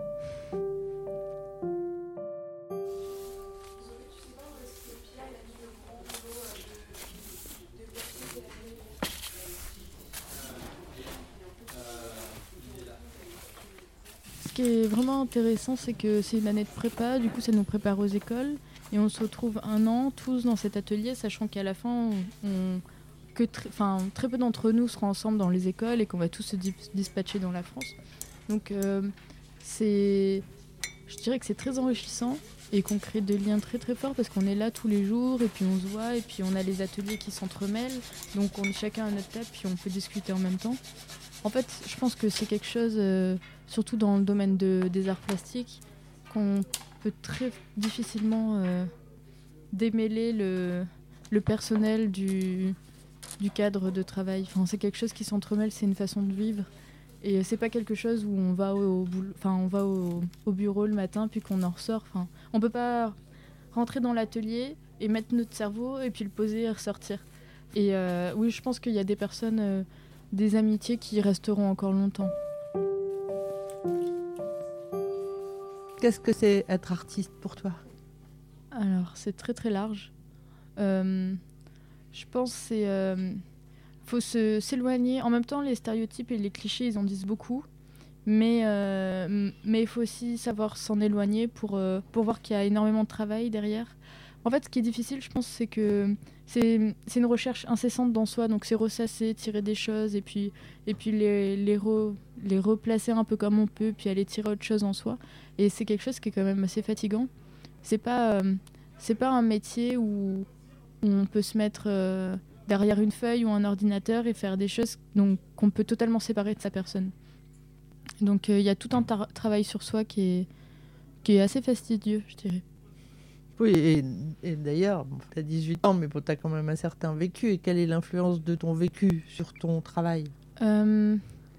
Ce qui est vraiment intéressant, c'est que c'est une année de prépa, du coup ça nous prépare aux écoles et on se retrouve un an tous dans cet atelier, sachant qu'à la fin, on, on, que tr- très peu d'entre nous seront ensemble dans les écoles et qu'on va tous se di- dispatcher dans la France. Donc euh, c'est, je dirais que c'est très enrichissant et qu'on crée des liens très très forts parce qu'on est là tous les jours et puis on se voit et puis on a les ateliers qui s'entremêlent, donc on est chacun à notre table puis on peut discuter en même temps. En fait, je pense que c'est quelque chose, euh, surtout dans le domaine de, des arts plastiques, qu'on peut très difficilement euh, démêler le, le personnel du, du cadre de travail. Enfin, c'est quelque chose qui s'entremêle, c'est une façon de vivre. Et c'est pas quelque chose où on va au, boulot, enfin, on va au, au bureau le matin puis qu'on en ressort. Enfin, on peut pas rentrer dans l'atelier et mettre notre cerveau et puis le poser et ressortir. Et euh, oui, je pense qu'il y a des personnes... Euh, des amitiés qui resteront encore longtemps. Qu'est-ce que c'est être artiste pour toi ? Alors, c'est très très large. Euh, je pense que c'est... Euh, faut se, s'éloigner. En même temps, les stéréotypes et les clichés, ils en disent beaucoup. Mais euh, mais il faut aussi savoir s'en éloigner pour, euh, pour voir qu'il y a énormément de travail derrière. En fait, ce qui est difficile, je pense, c'est que c'est, c'est une recherche incessante dans soi. Donc, c'est ressasser, tirer des choses et puis, et puis les, les, re, les replacer un peu comme on peut, puis aller tirer autre chose en soi. Et c'est quelque chose qui est quand même assez fatigant. C'est pas, euh, c'est pas un métier où, où on peut se mettre euh, derrière une feuille ou un ordinateur et faire des choses donc, qu'on peut totalement séparer de sa personne. Donc, il euh, y a tout un tar- travail sur soi qui est, qui est assez fastidieux, je dirais. Oui, et, et d'ailleurs, bon, tu as dix-huit ans, mais bon, tu as quand même un certain vécu. Et quelle est l'influence de ton vécu sur ton travail ? euh,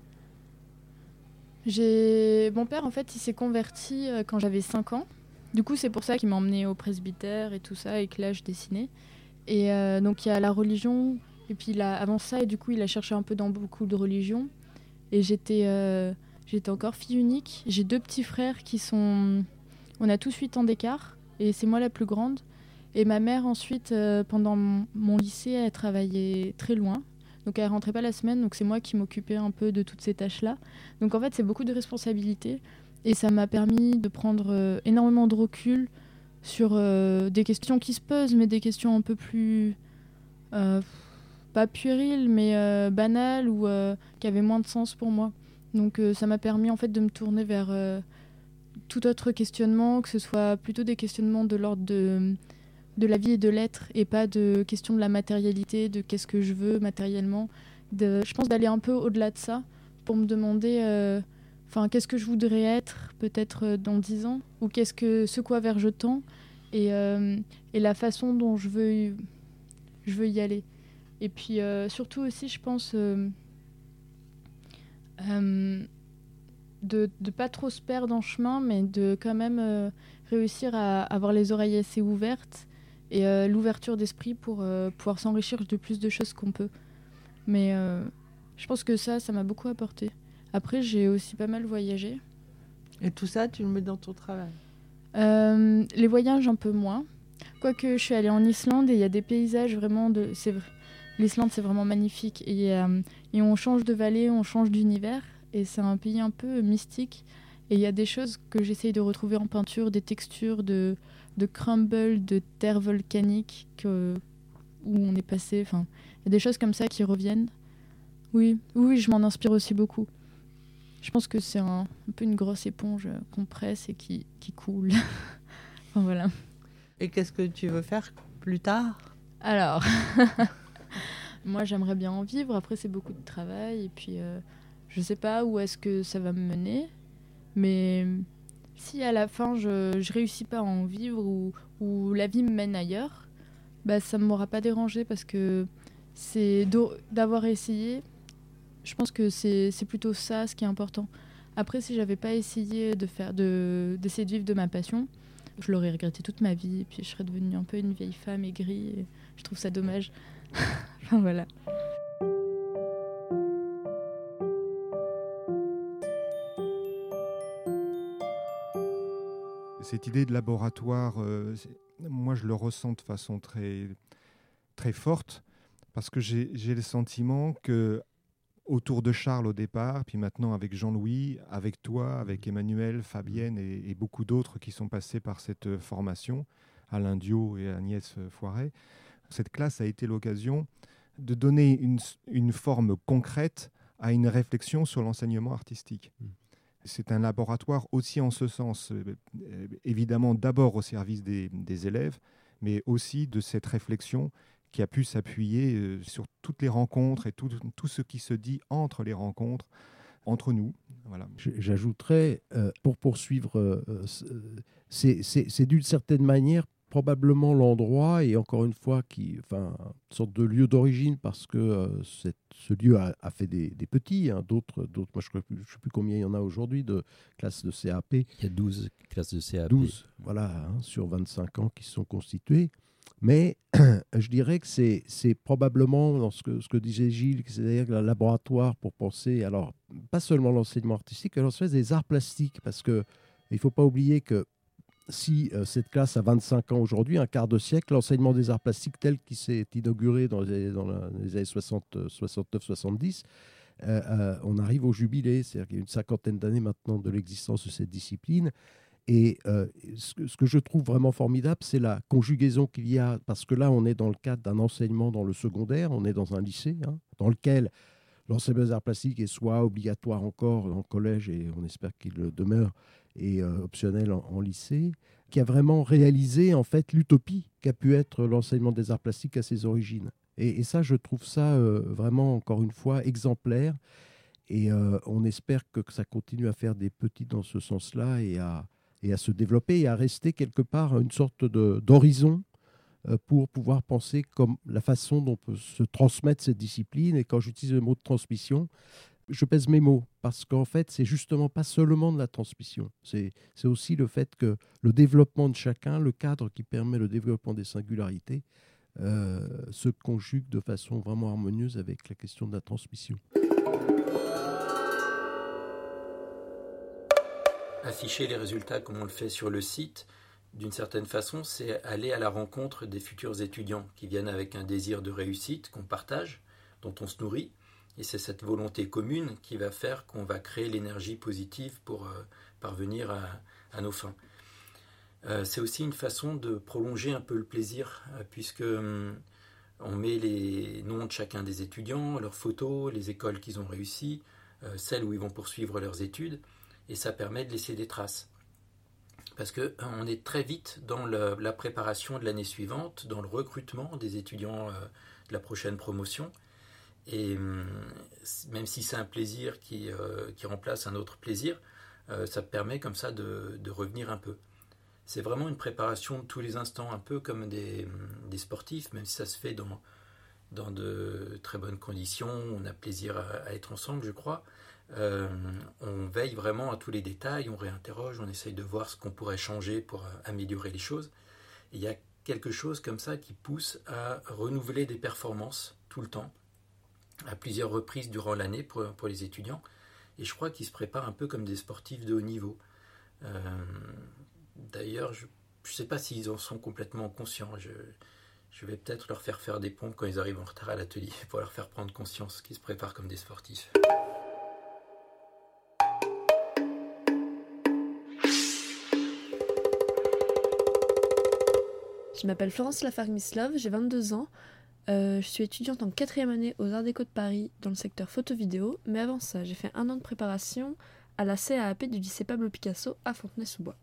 j'ai... Mon père, en fait, il s'est converti euh, quand j'avais cinq ans. Du coup, c'est pour ça qu'il m'a emmenée au presbytère et tout ça, et que là, je dessinais. Et euh, donc, il y a la religion, et puis là, avant ça, et du coup, il a cherché un peu dans beaucoup de religions. Et j'étais, euh, j'étais encore fille unique. J'ai deux petits frères qui sont... On a tous huit ans d'écart. Et c'est moi la plus grande. Et ma mère, ensuite, euh, pendant mon, mon lycée, elle travaillait très loin. Donc, elle ne rentrait pas la semaine. Donc, c'est moi qui m'occupais un peu de toutes ces tâches-là. Donc, en fait, c'est beaucoup de responsabilités. Et ça m'a permis de prendre euh, énormément de recul sur euh, des questions qui se posent, mais des questions un peu plus... Euh, pas puériles, mais euh, banales ou euh, qui avaient moins de sens pour moi. Donc, euh, ça m'a permis, en fait, de me tourner vers... Euh, tout autre questionnement, que ce soit plutôt des questionnements de l'ordre de, de la vie et de l'être, et pas de questions de la matérialité, de qu'est-ce que je veux matériellement. De, je pense d'aller un peu au-delà de ça, pour me demander euh, enfin, qu'est-ce que je voudrais être peut-être dans dix ans, ou qu'est-ce que, ce quoi vers je tends, et, euh, et la façon dont je veux, je veux y aller. Et puis euh, surtout aussi, je pense... Euh, euh, de ne pas trop se perdre en chemin, mais de quand même euh, réussir à avoir les oreilles assez ouvertes et euh, l'ouverture d'esprit pour euh, pouvoir s'enrichir de plus de choses qu'on peut. Mais euh, je pense que ça, ça m'a beaucoup apporté. Après, j'ai aussi pas mal voyagé. Et tout ça, tu le mets dans ton travail ? euh, Les voyages, un peu moins. Quoique, je suis allée en Islande et il y a des paysages vraiment... de. C'est vrai. L'Islande, c'est vraiment magnifique. Et, euh, et on change de vallée, on change d'univers. Et c'est un pays un peu mystique. Et il y a des choses que j'essaye de retrouver en peinture, des textures de, de crumble, de terre volcanique que, où on est passé. Enfin, il y a des choses comme ça qui reviennent. Oui, oui, je m'en inspire aussi beaucoup. Je pense que c'est un, un peu une grosse éponge qu'on presse et qui, qui coule. Enfin, voilà. Et qu'est-ce que tu veux faire plus tard ? Alors, moi, j'aimerais bien en vivre. Après, c'est beaucoup de travail. Et puis... Euh, je ne sais pas où est-ce que ça va me mener, mais si à la fin je ne réussis pas à en vivre ou, ou la vie me mène ailleurs, bah, ça ne m'aura pas dérangé parce que c'est d'avoir essayé. Je pense que c'est, c'est plutôt ça ce qui est important. Après, si je n'avais pas essayé de faire, de, d'essayer de vivre de ma passion, je l'aurais regretté toute ma vie et puis je serais devenue un peu une vieille femme aigrie. Et je trouve ça dommage. Enfin voilà. Cette idée de laboratoire, euh, moi je le ressens de façon très, très forte parce que j'ai, j'ai le sentiment que autour de Charles au départ, puis maintenant avec Jean-Louis, avec toi, avec Emmanuel, Fabienne et, et beaucoup d'autres qui sont passés par cette formation, Alain Dio et Agnès Foiret, cette classe a été l'occasion de donner une, une forme concrète à une réflexion sur l'enseignement artistique. Mmh. C'est un laboratoire aussi en ce sens, euh, évidemment d'abord au service des, des élèves, mais aussi de cette réflexion qui a pu s'appuyer euh, sur toutes les rencontres et tout, tout ce qui se dit entre les rencontres, entre nous. Voilà. J'ajouterais, euh, pour poursuivre, euh, c'est, c'est, c'est d'une certaine manière probablement l'endroit, et encore une fois, qui, enfin, une sorte de lieu d'origine, parce que euh, cette, ce lieu a, a fait des, des petits, hein, d'autres, d'autres, moi je ne sais plus combien il y en a aujourd'hui de classes de C A P. Il y a douze classes de C A P. douze, voilà, hein, sur vingt-cinq ans qui se sont constituées. Mais je dirais que c'est, c'est probablement dans ce que, ce que disait Gilles, c'est-à-dire le laboratoire pour penser, alors pas seulement l'enseignement artistique, mais l'enseignement des arts plastiques, parce qu'il ne faut pas oublier que si euh, cette classe a vingt-cinq ans aujourd'hui, un quart de siècle, l'enseignement des arts plastiques tel qu'il s'est inauguré dans les, dans la, les années soixante, soixante-neuf soixante-dix, euh, euh, on arrive au jubilé, c'est-à-dire qu'il y a une cinquantaine d'années maintenant de l'existence de cette discipline. Et euh, ce, que, ce que je trouve vraiment formidable, c'est la conjugaison qu'il y a, parce que là, on est dans le cadre d'un enseignement dans le secondaire, on est dans un lycée, hein, dans lequel l'enseignement des arts plastiques est soit obligatoire encore dans le collège, et on espère qu'il le demeure, et euh, optionnel en, en lycée, qui a vraiment réalisé en fait l'utopie qu'a pu être l'enseignement des arts plastiques à ses origines. Et, et ça, je trouve ça euh, vraiment, encore une fois, exemplaire. Et euh, on espère que, que ça continue à faire des petits dans ce sens-là et à, et à se développer et à rester quelque part une sorte de, d'horizon euh, pour pouvoir penser comme la façon dont peut se transmettre cette discipline. Et quand j'utilise le mot de transmission, je pèse mes mots parce qu'en fait, c'est justement pas seulement de la transmission. C'est, c'est aussi le fait que le développement de chacun, le cadre qui permet le développement des singularités, euh, se conjugue de façon vraiment harmonieuse avec la question de la transmission. Afficher les résultats comme on le fait sur le site, d'une certaine façon, c'est aller à la rencontre des futurs étudiants qui viennent avec un désir de réussite qu'on partage, dont on se nourrit. Et c'est cette volonté commune qui va faire qu'on va créer l'énergie positive pour euh, parvenir à, à nos fins. Euh, c'est aussi une façon de prolonger un peu le plaisir, euh, puisque euh, on met les noms de chacun des étudiants, leurs photos, les écoles qu'ils ont réussies, euh, celles où ils vont poursuivre leurs études, et ça permet de laisser des traces. Parce qu'on est très vite dans le, la préparation de l'année suivante, dans le recrutement des étudiants euh, de la prochaine promotion. Et euh, même si c'est un plaisir qui, euh, qui remplace un autre plaisir, euh, ça permet comme ça de, de revenir un peu. C'est vraiment une préparation de tous les instants, un peu comme des, des sportifs, même si ça se fait dans, dans de très bonnes conditions, on a plaisir à, à être ensemble, je crois. Euh, on veille vraiment à tous les détails, on réinterroge, on essaye de voir ce qu'on pourrait changer pour améliorer les choses. Et il y a quelque chose comme ça qui pousse à renouveler des performances tout le temps, à plusieurs reprises durant l'année pour, pour les étudiants. Et je crois qu'ils se préparent un peu comme des sportifs de haut niveau. Euh, d'ailleurs, je ne sais pas s'ils en sont complètement conscients. Je, je vais peut-être leur faire faire des pompes quand ils arrivent en retard à l'atelier pour leur faire prendre conscience qu'ils se préparent comme des sportifs. Je m'appelle Florence Lafargue-Mislove, j'ai vingt-deux ans. Euh, je suis étudiante en quatrième année aux Arts Déco de Paris dans le secteur photo-vidéo. Mais avant ça, j'ai fait un an de préparation à la C A A P du lycée Pablo Picasso à Fontenay-sous-Bois.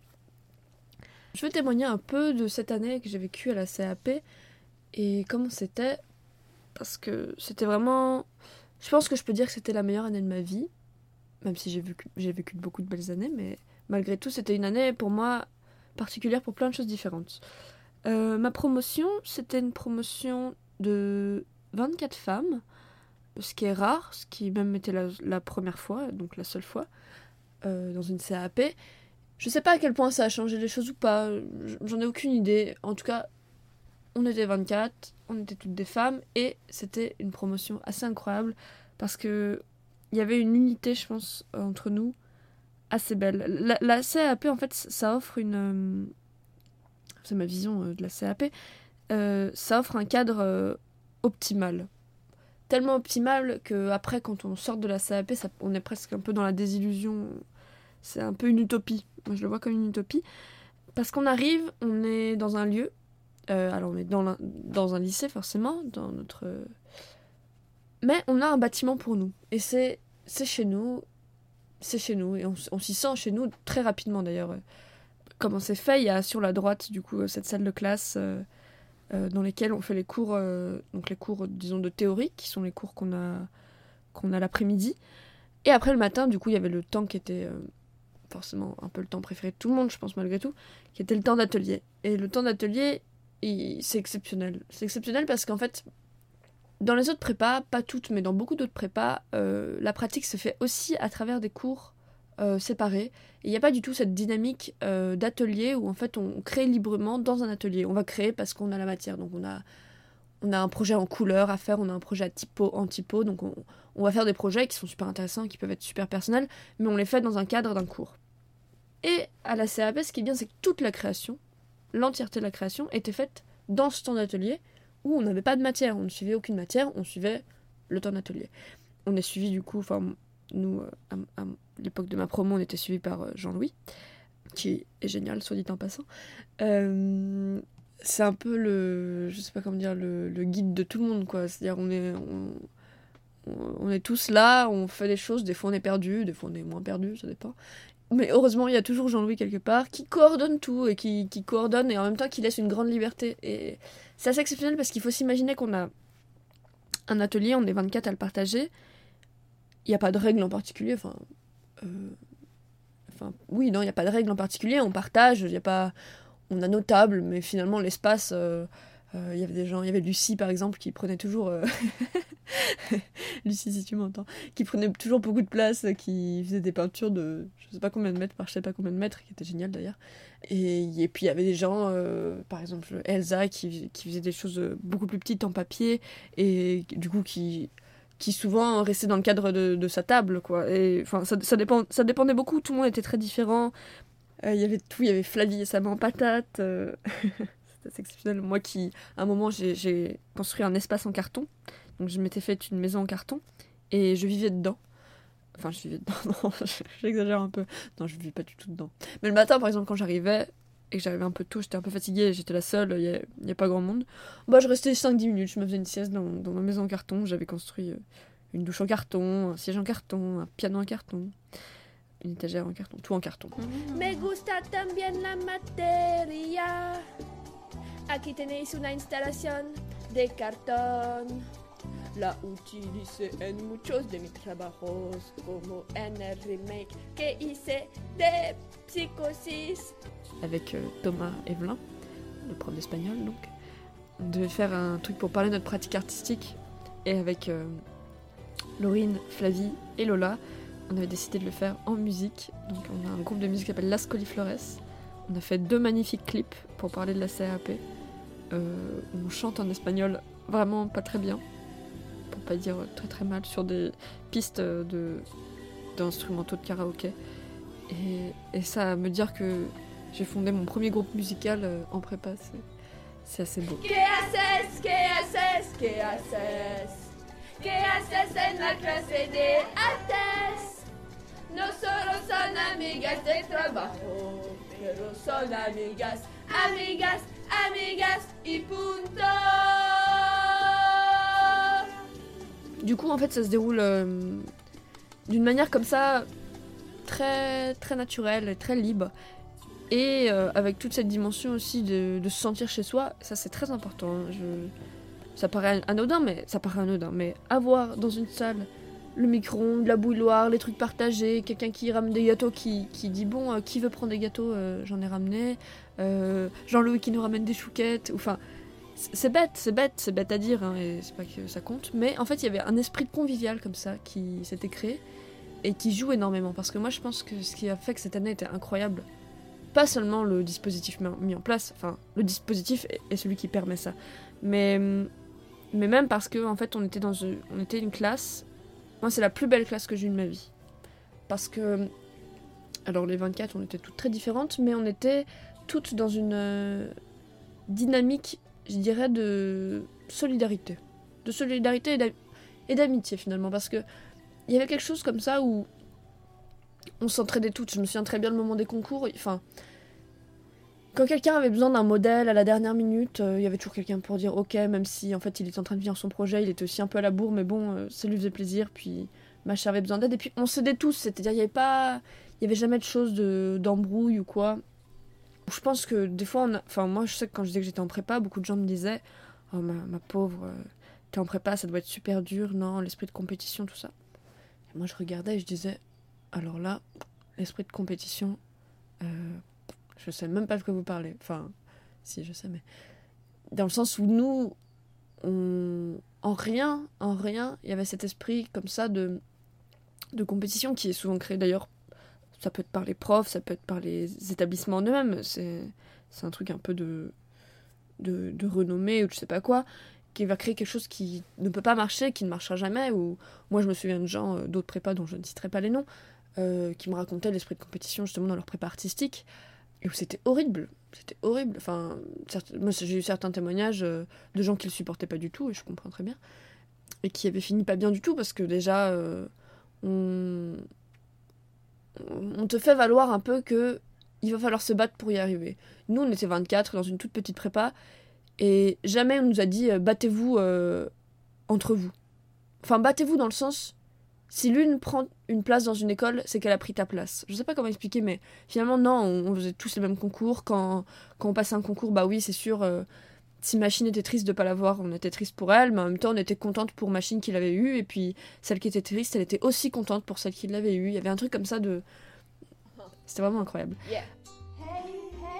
Je veux témoigner un peu de cette année que j'ai vécue à la C A A P et comment c'était, parce que c'était vraiment... Je pense que je peux dire que c'était la meilleure année de ma vie, même si j'ai vécu, j'ai vécu beaucoup de belles années, mais malgré tout, c'était une année pour moi particulière pour plein de choses différentes. Euh, ma promotion, c'était une promotion de vingt-quatre femmes, ce qui est rare, ce qui même était la, la première fois, donc la seule fois, euh, dans une C A A P. Je sais pas à quel point ça a changé les choses ou pas, j'en ai aucune idée. En tout cas, on était vingt-quatre, on était toutes des femmes, et c'était une promotion assez incroyable, parce que il y avait une unité, je pense, entre nous, assez belle. La, la C A A P, en fait, ça offre une... Euh, c'est ma vision euh, de la C A A P, euh, ça offre un cadre euh, optimal. Tellement optimal qu'après, quand on sort de la C A A P, ça, on est presque un peu dans la désillusion. C'est un peu une utopie. Moi, je le vois comme une utopie. Parce qu'on arrive, on est dans un lieu. Euh, alors, on est dans, dans un lycée, forcément, dans notre... Mais on a un bâtiment pour nous. Et c'est, c'est chez nous. C'est chez nous. Et on, on s'y sent chez nous très rapidement, d'ailleurs. Comment c'est fait, il y a sur la droite, du coup, cette salle de classe euh, euh, dans lesquelles on fait les cours, euh, donc les cours, disons, de théorie, qui sont les cours qu'on a, qu'on a l'après-midi. Et après, le matin, du coup, il y avait le temps qui était euh, forcément un peu le temps préféré de tout le monde, je pense, malgré tout, qui était le temps d'atelier. Et le temps d'atelier, il, c'est exceptionnel. C'est exceptionnel parce qu'en fait, dans les autres prépas, pas toutes, mais dans beaucoup d'autres prépas, euh, la pratique se fait aussi à travers des cours Euh, séparés. Il n'y a pas du tout cette dynamique euh, d'atelier où en fait on crée librement dans un atelier. On va créer parce qu'on a la matière, donc on a, on a un projet en couleur à faire, on a un projet à typo, en typo, donc on, on va faire des projets qui sont super intéressants, qui peuvent être super personnels, mais on les fait dans un cadre d'un cours. Et à la C A A P, ce qui est bien, c'est que toute la création, l'entièreté de la création, était faite dans ce temps d'atelier où on n'avait pas de matière, on ne suivait aucune matière, on suivait le temps d'atelier. on est suivi du coup, enfin nous, à, à l'époque de ma promo, on était suivi par Jean-Louis, qui est génial, soit dit en passant. Euh, c'est un peu le, je sais pas comment dire, le, le guide de tout le monde, quoi. C'est-à-dire on est, on, on est tous là, on fait des choses, des fois on est perdu, des fois on est moins perdu, ça dépend. Mais heureusement, il y a toujours Jean-Louis quelque part qui coordonne tout et qui, qui coordonne et en même temps qui laisse une grande liberté. Et c'est assez exceptionnel parce qu'il faut s'imaginer qu'on a un atelier, on est vingt-quatre à le partager. Il n'y a pas de règle en particulier. Enfin, euh, enfin oui, non, il n'y a pas de règle en particulier. On partage, il y a pas, on a nos tables, mais finalement l'espace. Euh, euh, il y avait des gens, il y avait Lucie par exemple qui prenait toujours. Euh... Lucie, si tu m'entends, qui prenait toujours beaucoup de place, qui faisait des peintures de je sais pas combien de mètres par je sais pas combien de mètres, qui était génial d'ailleurs. Et, et puis il y avait des gens, euh, par exemple Elsa, qui, qui faisait des choses beaucoup plus petites en papier, et du coup qui, qui souvent restait dans le cadre de, de sa table, quoi. Et enfin, ça, ça, dépend, ça dépendait beaucoup, tout le monde était très différent. Il euh, y avait tout, il y avait Flavie et sa main en patate. Euh... C'était exceptionnel. Moi qui, à un moment, j'ai, j'ai construit un espace en carton. Donc je m'étais fait une maison en carton et je vivais dedans. Enfin, je vivais dedans, non, j'exagère un peu. Non, je vivais pas du tout dedans. Mais le matin, par exemple, quand j'arrivais et que j'arrivais un peu tôt, j'étais un peu fatiguée, j'étais la seule, il n'y a, a pas grand monde. Bah, je restais cinq dix minutes, je me faisais une sieste dans, dans ma maison en carton. J'avais construit une douche en carton, un siège en carton, un piano en carton, une étagère en carton, tout en carton. Me gusta también la materia. Aquí tenéis una instalación de cartón. La utilicé en muchos de mis trabajos, como en el remake que hice de Psychosis. Avec euh, Thomas Evelyn, le prof d'espagnol, donc, on devait faire un truc pour parler de notre pratique artistique. Et avec euh, Laurine, Flavie et Lola, on avait décidé de le faire en musique. Donc on a un groupe de musique qui s'appelle Las Coliflores. On a fait deux magnifiques clips pour parler de la C A P. Euh, on chante en espagnol vraiment pas très bien, pour pas dire très très mal, sur des pistes de, d'instrumentaux de karaoké. Et, et ça, me dire que j'ai fondé mon premier groupe musical euh, en prépa, c'est, c'est assez beau. ¿Qué haces? ¿Qué haces? ¿Qué haces? ¿Qué haces en la clase de artes? No solo son amigas de trabajo, pero son amigas, amigas, amigas y punto. Du coup, en fait, ça se déroule euh, d'une manière comme ça, très, très naturelle, très libre. Et euh, avec toute cette dimension aussi de, de se sentir chez soi, ça c'est très important. Je... Ça paraît anodin, mais ça paraît anodin. Mais avoir dans une salle le micro-ondes, la bouilloire, les trucs partagés, quelqu'un qui ramène des gâteaux, qui, qui dit bon, euh, qui veut prendre des gâteaux, euh, j'en ai ramené. Euh, Jean-Louis qui nous ramène des chouquettes. Enfin, c'est bête, c'est bête, c'est bête à dire, hein, et c'est pas que ça compte. Mais en fait, il y avait un esprit convivial comme ça qui s'était créé et qui joue énormément. Parce que moi, je pense que ce qui a fait que cette année était incroyable, pas seulement le dispositif mis en place, enfin, le dispositif est celui qui permet ça, mais, mais même parce que en fait, on était dans une, on était une classe. Moi, c'est la plus belle classe que j'ai eue de ma vie. Parce que, alors les vingt-quatre, on était toutes très différentes, mais on était toutes dans une euh, dynamique, je dirais, de solidarité. De solidarité et d'amitié, finalement. Parce que il y avait quelque chose comme ça où on s'entraidait toutes. Je me souviens très bien le moment des concours. Enfin, quand quelqu'un avait besoin d'un modèle à la dernière minute, euh, il y avait toujours quelqu'un pour dire ok, même si en fait il était en train de finir son projet, il était aussi un peu à la bourre, mais bon, euh, ça lui faisait plaisir. Puis Macha avait besoin d'aide et puis on s'aidait tous. C'est-à-dire il y avait pas, il y avait jamais de choses de d'embrouille ou quoi. Je pense que des fois, on a... enfin moi je sais que quand je disais que j'étais en prépa, beaucoup de gens me disaient oh ma, ma pauvre, euh, t'es en prépa, ça doit être super dur, non, l'esprit de compétition, tout ça. Et moi je regardais et je disais alors là, l'esprit de compétition, euh, je sais même pas de quoi vous parlez. Enfin, si, je sais, mais... Dans le sens où nous, on... en rien, en rien, il y avait cet esprit comme ça de, de compétition qui est souvent créé d'ailleurs. Ça peut être par les profs, ça peut être par les établissements en eux-mêmes. C'est, c'est un truc un peu de, de, de renommée ou je sais pas quoi, qui va créer quelque chose qui ne peut pas marcher, qui ne marchera jamais. Ou moi, je me souviens de gens, euh, d'autres prépas dont je ne citerai pas les noms, Euh, qui me racontaient l'esprit de compétition justement dans leur prépa artistique et où c'était horrible, c'était horrible. Enfin, certes, moi j'ai eu certains témoignages euh, de gens qui le supportaient pas du tout et je comprends très bien. et qui avait fini pas bien du tout parce que déjà, euh, on... on te fait valoir un peu que il va falloir se battre pour y arriver. Nous, on était vingt-quatre dans une toute petite prépa et jamais on nous a dit euh, battez-vous euh, entre vous. Enfin, battez-vous dans le sens, si l'une prend une place dans une école, c'est qu'elle a pris ta place. Je sais pas comment expliquer, mais finalement, non, on, on faisait tous les mêmes concours. Quand, quand on passait un concours, bah oui, c'est sûr, euh, si Machine était triste de pas l'avoir, on était triste pour elle, mais en même temps, on était contente pour Machine qui l'avait eu, et puis celle qui était triste, elle était aussi contente pour celle qui l'avait eu. Il y avait un truc comme ça de... C'était vraiment incroyable. Yeah. Hey,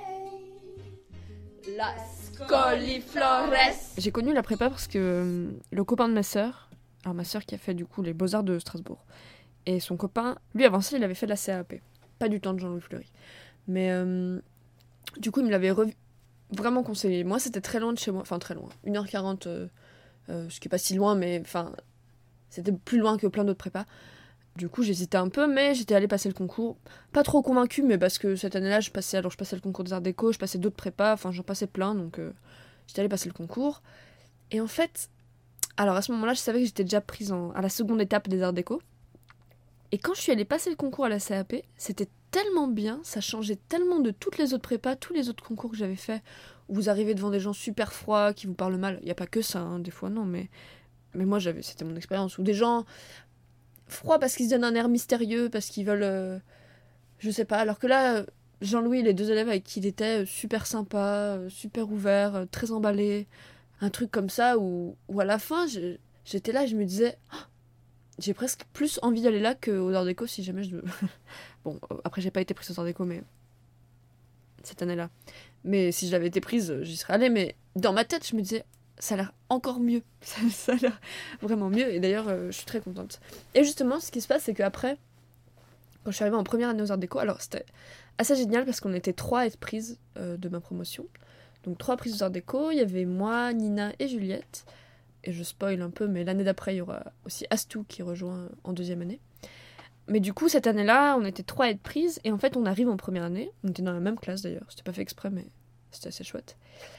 hey, las coliflores. J'ai connu la prépa parce que euh, le copain de ma sœur, alors ma sœur qui a fait du coup les Beaux-Arts de Strasbourg, et son copain, lui avant ça, il avait fait de la C A P. Pas du temps de Jean-Louis Fleury. Mais euh, du coup, il me l'avait revu... vraiment conseillé. Moi, c'était très loin de chez moi, enfin très loin, une heure quarante, euh, euh, ce qui est pas si loin, mais enfin, c'était plus loin que plein d'autres prépas. Du coup, j'hésitais un peu, mais j'étais allée passer le concours. Pas trop convaincue, mais parce que cette année-là, je passais, alors je passais le concours des Arts Déco, je passais d'autres prépas, enfin j'en passais plein, donc euh, j'étais allée passer le concours. Et en fait, alors à ce moment-là, je savais que j'étais déjà prise en, à la seconde étape des Arts Déco. Et quand je suis allée passer le concours à la C A P, c'était tellement bien, ça changeait tellement de toutes les autres prépas, tous les autres concours que j'avais fait, où vous arrivez devant des gens super froids, qui vous parlent mal. Il n'y a pas que ça, hein, des fois non, mais, mais moi j'avais, c'était mon expérience, où des gens froids parce qu'ils se donnent un air mystérieux, parce qu'ils veulent, euh, je sais pas, alors que là, Jean-Louis et les deux élèves avec qui il était, super sympa, super ouvert, très emballé, un truc comme ça, où, où à la fin, je, j'étais là et je me disais... Oh, j'ai presque plus envie d'aller là qu'aux Arts Déco si jamais je... Bon, après j'ai pas été prise aux Arts Déco, mais... cette année-là. Mais si je l'avais été prise, j'y serais allée, mais dans ma tête, je me disais, ça a l'air encore mieux. Ça, ça a l'air vraiment mieux, et d'ailleurs, euh, je suis très contente. Et justement, ce qui se passe, c'est qu'après, quand je suis arrivée en première année aux Arts Déco, alors c'était assez génial parce qu'on était trois à être prises euh, de ma promotion. Donc trois prises aux Arts Déco, il y avait moi, Nina et Juliette. Et je spoil un peu, mais l'année d'après, il y aura aussi Astou qui rejoint en deuxième année. Mais du coup, cette année-là, on était trois à être prises, et en fait, on arrive en première année. On était dans la même classe d'ailleurs, c'était pas fait exprès, mais c'était assez chouette.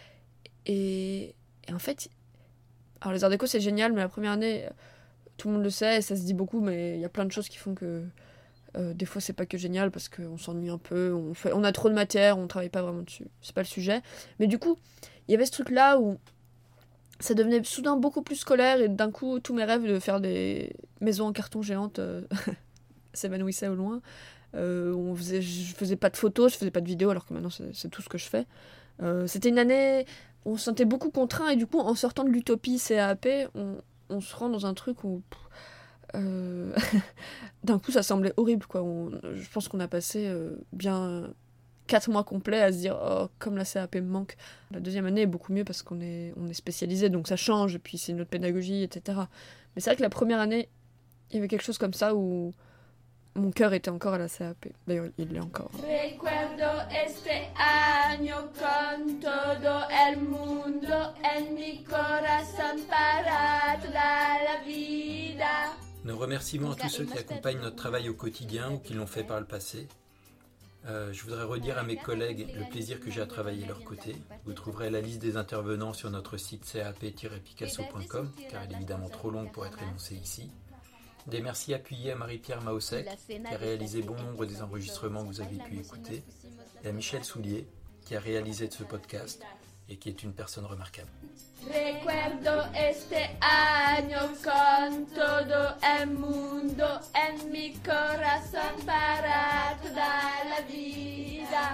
Et, et en fait, alors les Arts Déco, c'est génial, mais la première année, tout le monde le sait, ça se dit beaucoup, mais il y a plein de choses qui font que euh, des fois, c'est pas que génial, parce qu'on s'ennuie un peu, on, fait, on a trop de matière, on travaille pas vraiment dessus. C'est pas le sujet. Mais du coup, il y avait ce truc-là où ça devenait soudain beaucoup plus scolaire, et d'un coup, tous mes rêves de faire des maisons en carton géantes euh, s'évanouissaient au loin. Euh, on faisait, je faisais pas de photos, je faisais pas de vidéos, alors que maintenant, c'est, c'est tout ce que je fais. Euh, c'était une année où on se sentait beaucoup contraint, et du coup, en sortant de l'utopie C A A P, on, on se rend dans un truc où... Euh, d'un coup, ça semblait horrible, quoi. On, je pense qu'on a passé euh, bien... quatre mois complets à se dire oh, comme la C A P me manque. La deuxième année est beaucoup mieux parce qu'on est, on est spécialisé, donc ça change, et puis c'est une autre pédagogie, et cetera. Mais c'est vrai que la première année, il y avait quelque chose comme ça où mon cœur était encore à la C A P. D'ailleurs, il l'est encore. Recuerdo este año con todo el mundo en mi corazón para toda la vida. Nos remerciements à tous ceux qui accompagnent notre travail au quotidien ou qui l'ont fait par le passé. Euh, je voudrais redire à mes collègues le plaisir que j'ai à travailler à leur côté. Vous trouverez la liste des intervenants sur notre site cap tiret picasso point com, car elle est évidemment trop longue pour être énoncée ici. Des merci appuyés à Marie-Pierre Maosek, qui a réalisé bon nombre des enregistrements que vous avez pu écouter, et à Michel Soulier, qui a réalisé de ce podcast et qui est une personne remarquable. Recuerdo este año con todo el mundo en mi corazón para toda la vida.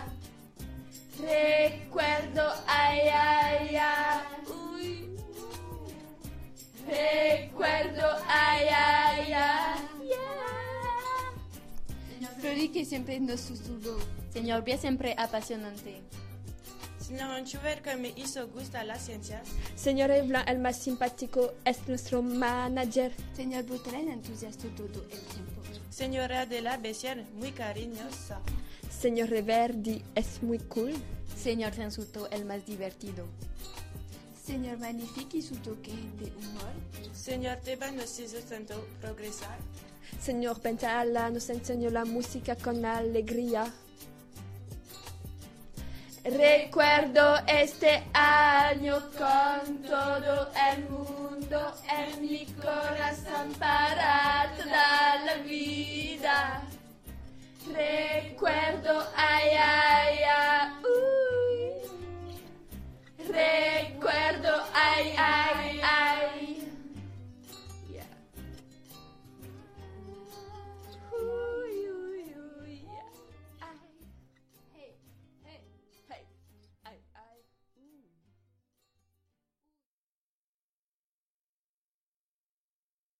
Recuerdo ay ay ay, uy. Recuerdo ay ay ay, yeah. Flori que siempre nos susurró. Señor Pia siempre apasionante. Señor Anchuver que me hizo gusto la ciencia. Señor Blanc, el más simpático, es nuestro manager. Señor Butrel, entusiasta todo el tiempo. Señora de la Bessière, muy cariñosa. Señor Reverdi, es muy cool. Señor Sansuto, el más divertido. Señor Magnifique y su toque de humor. Señor Teba nos hizo tanto progresar. Señor Pentala nos enseñó la música con alegría. Recuerdo este año con todo el mundo mundo en mi corazón para toda la vida. Creo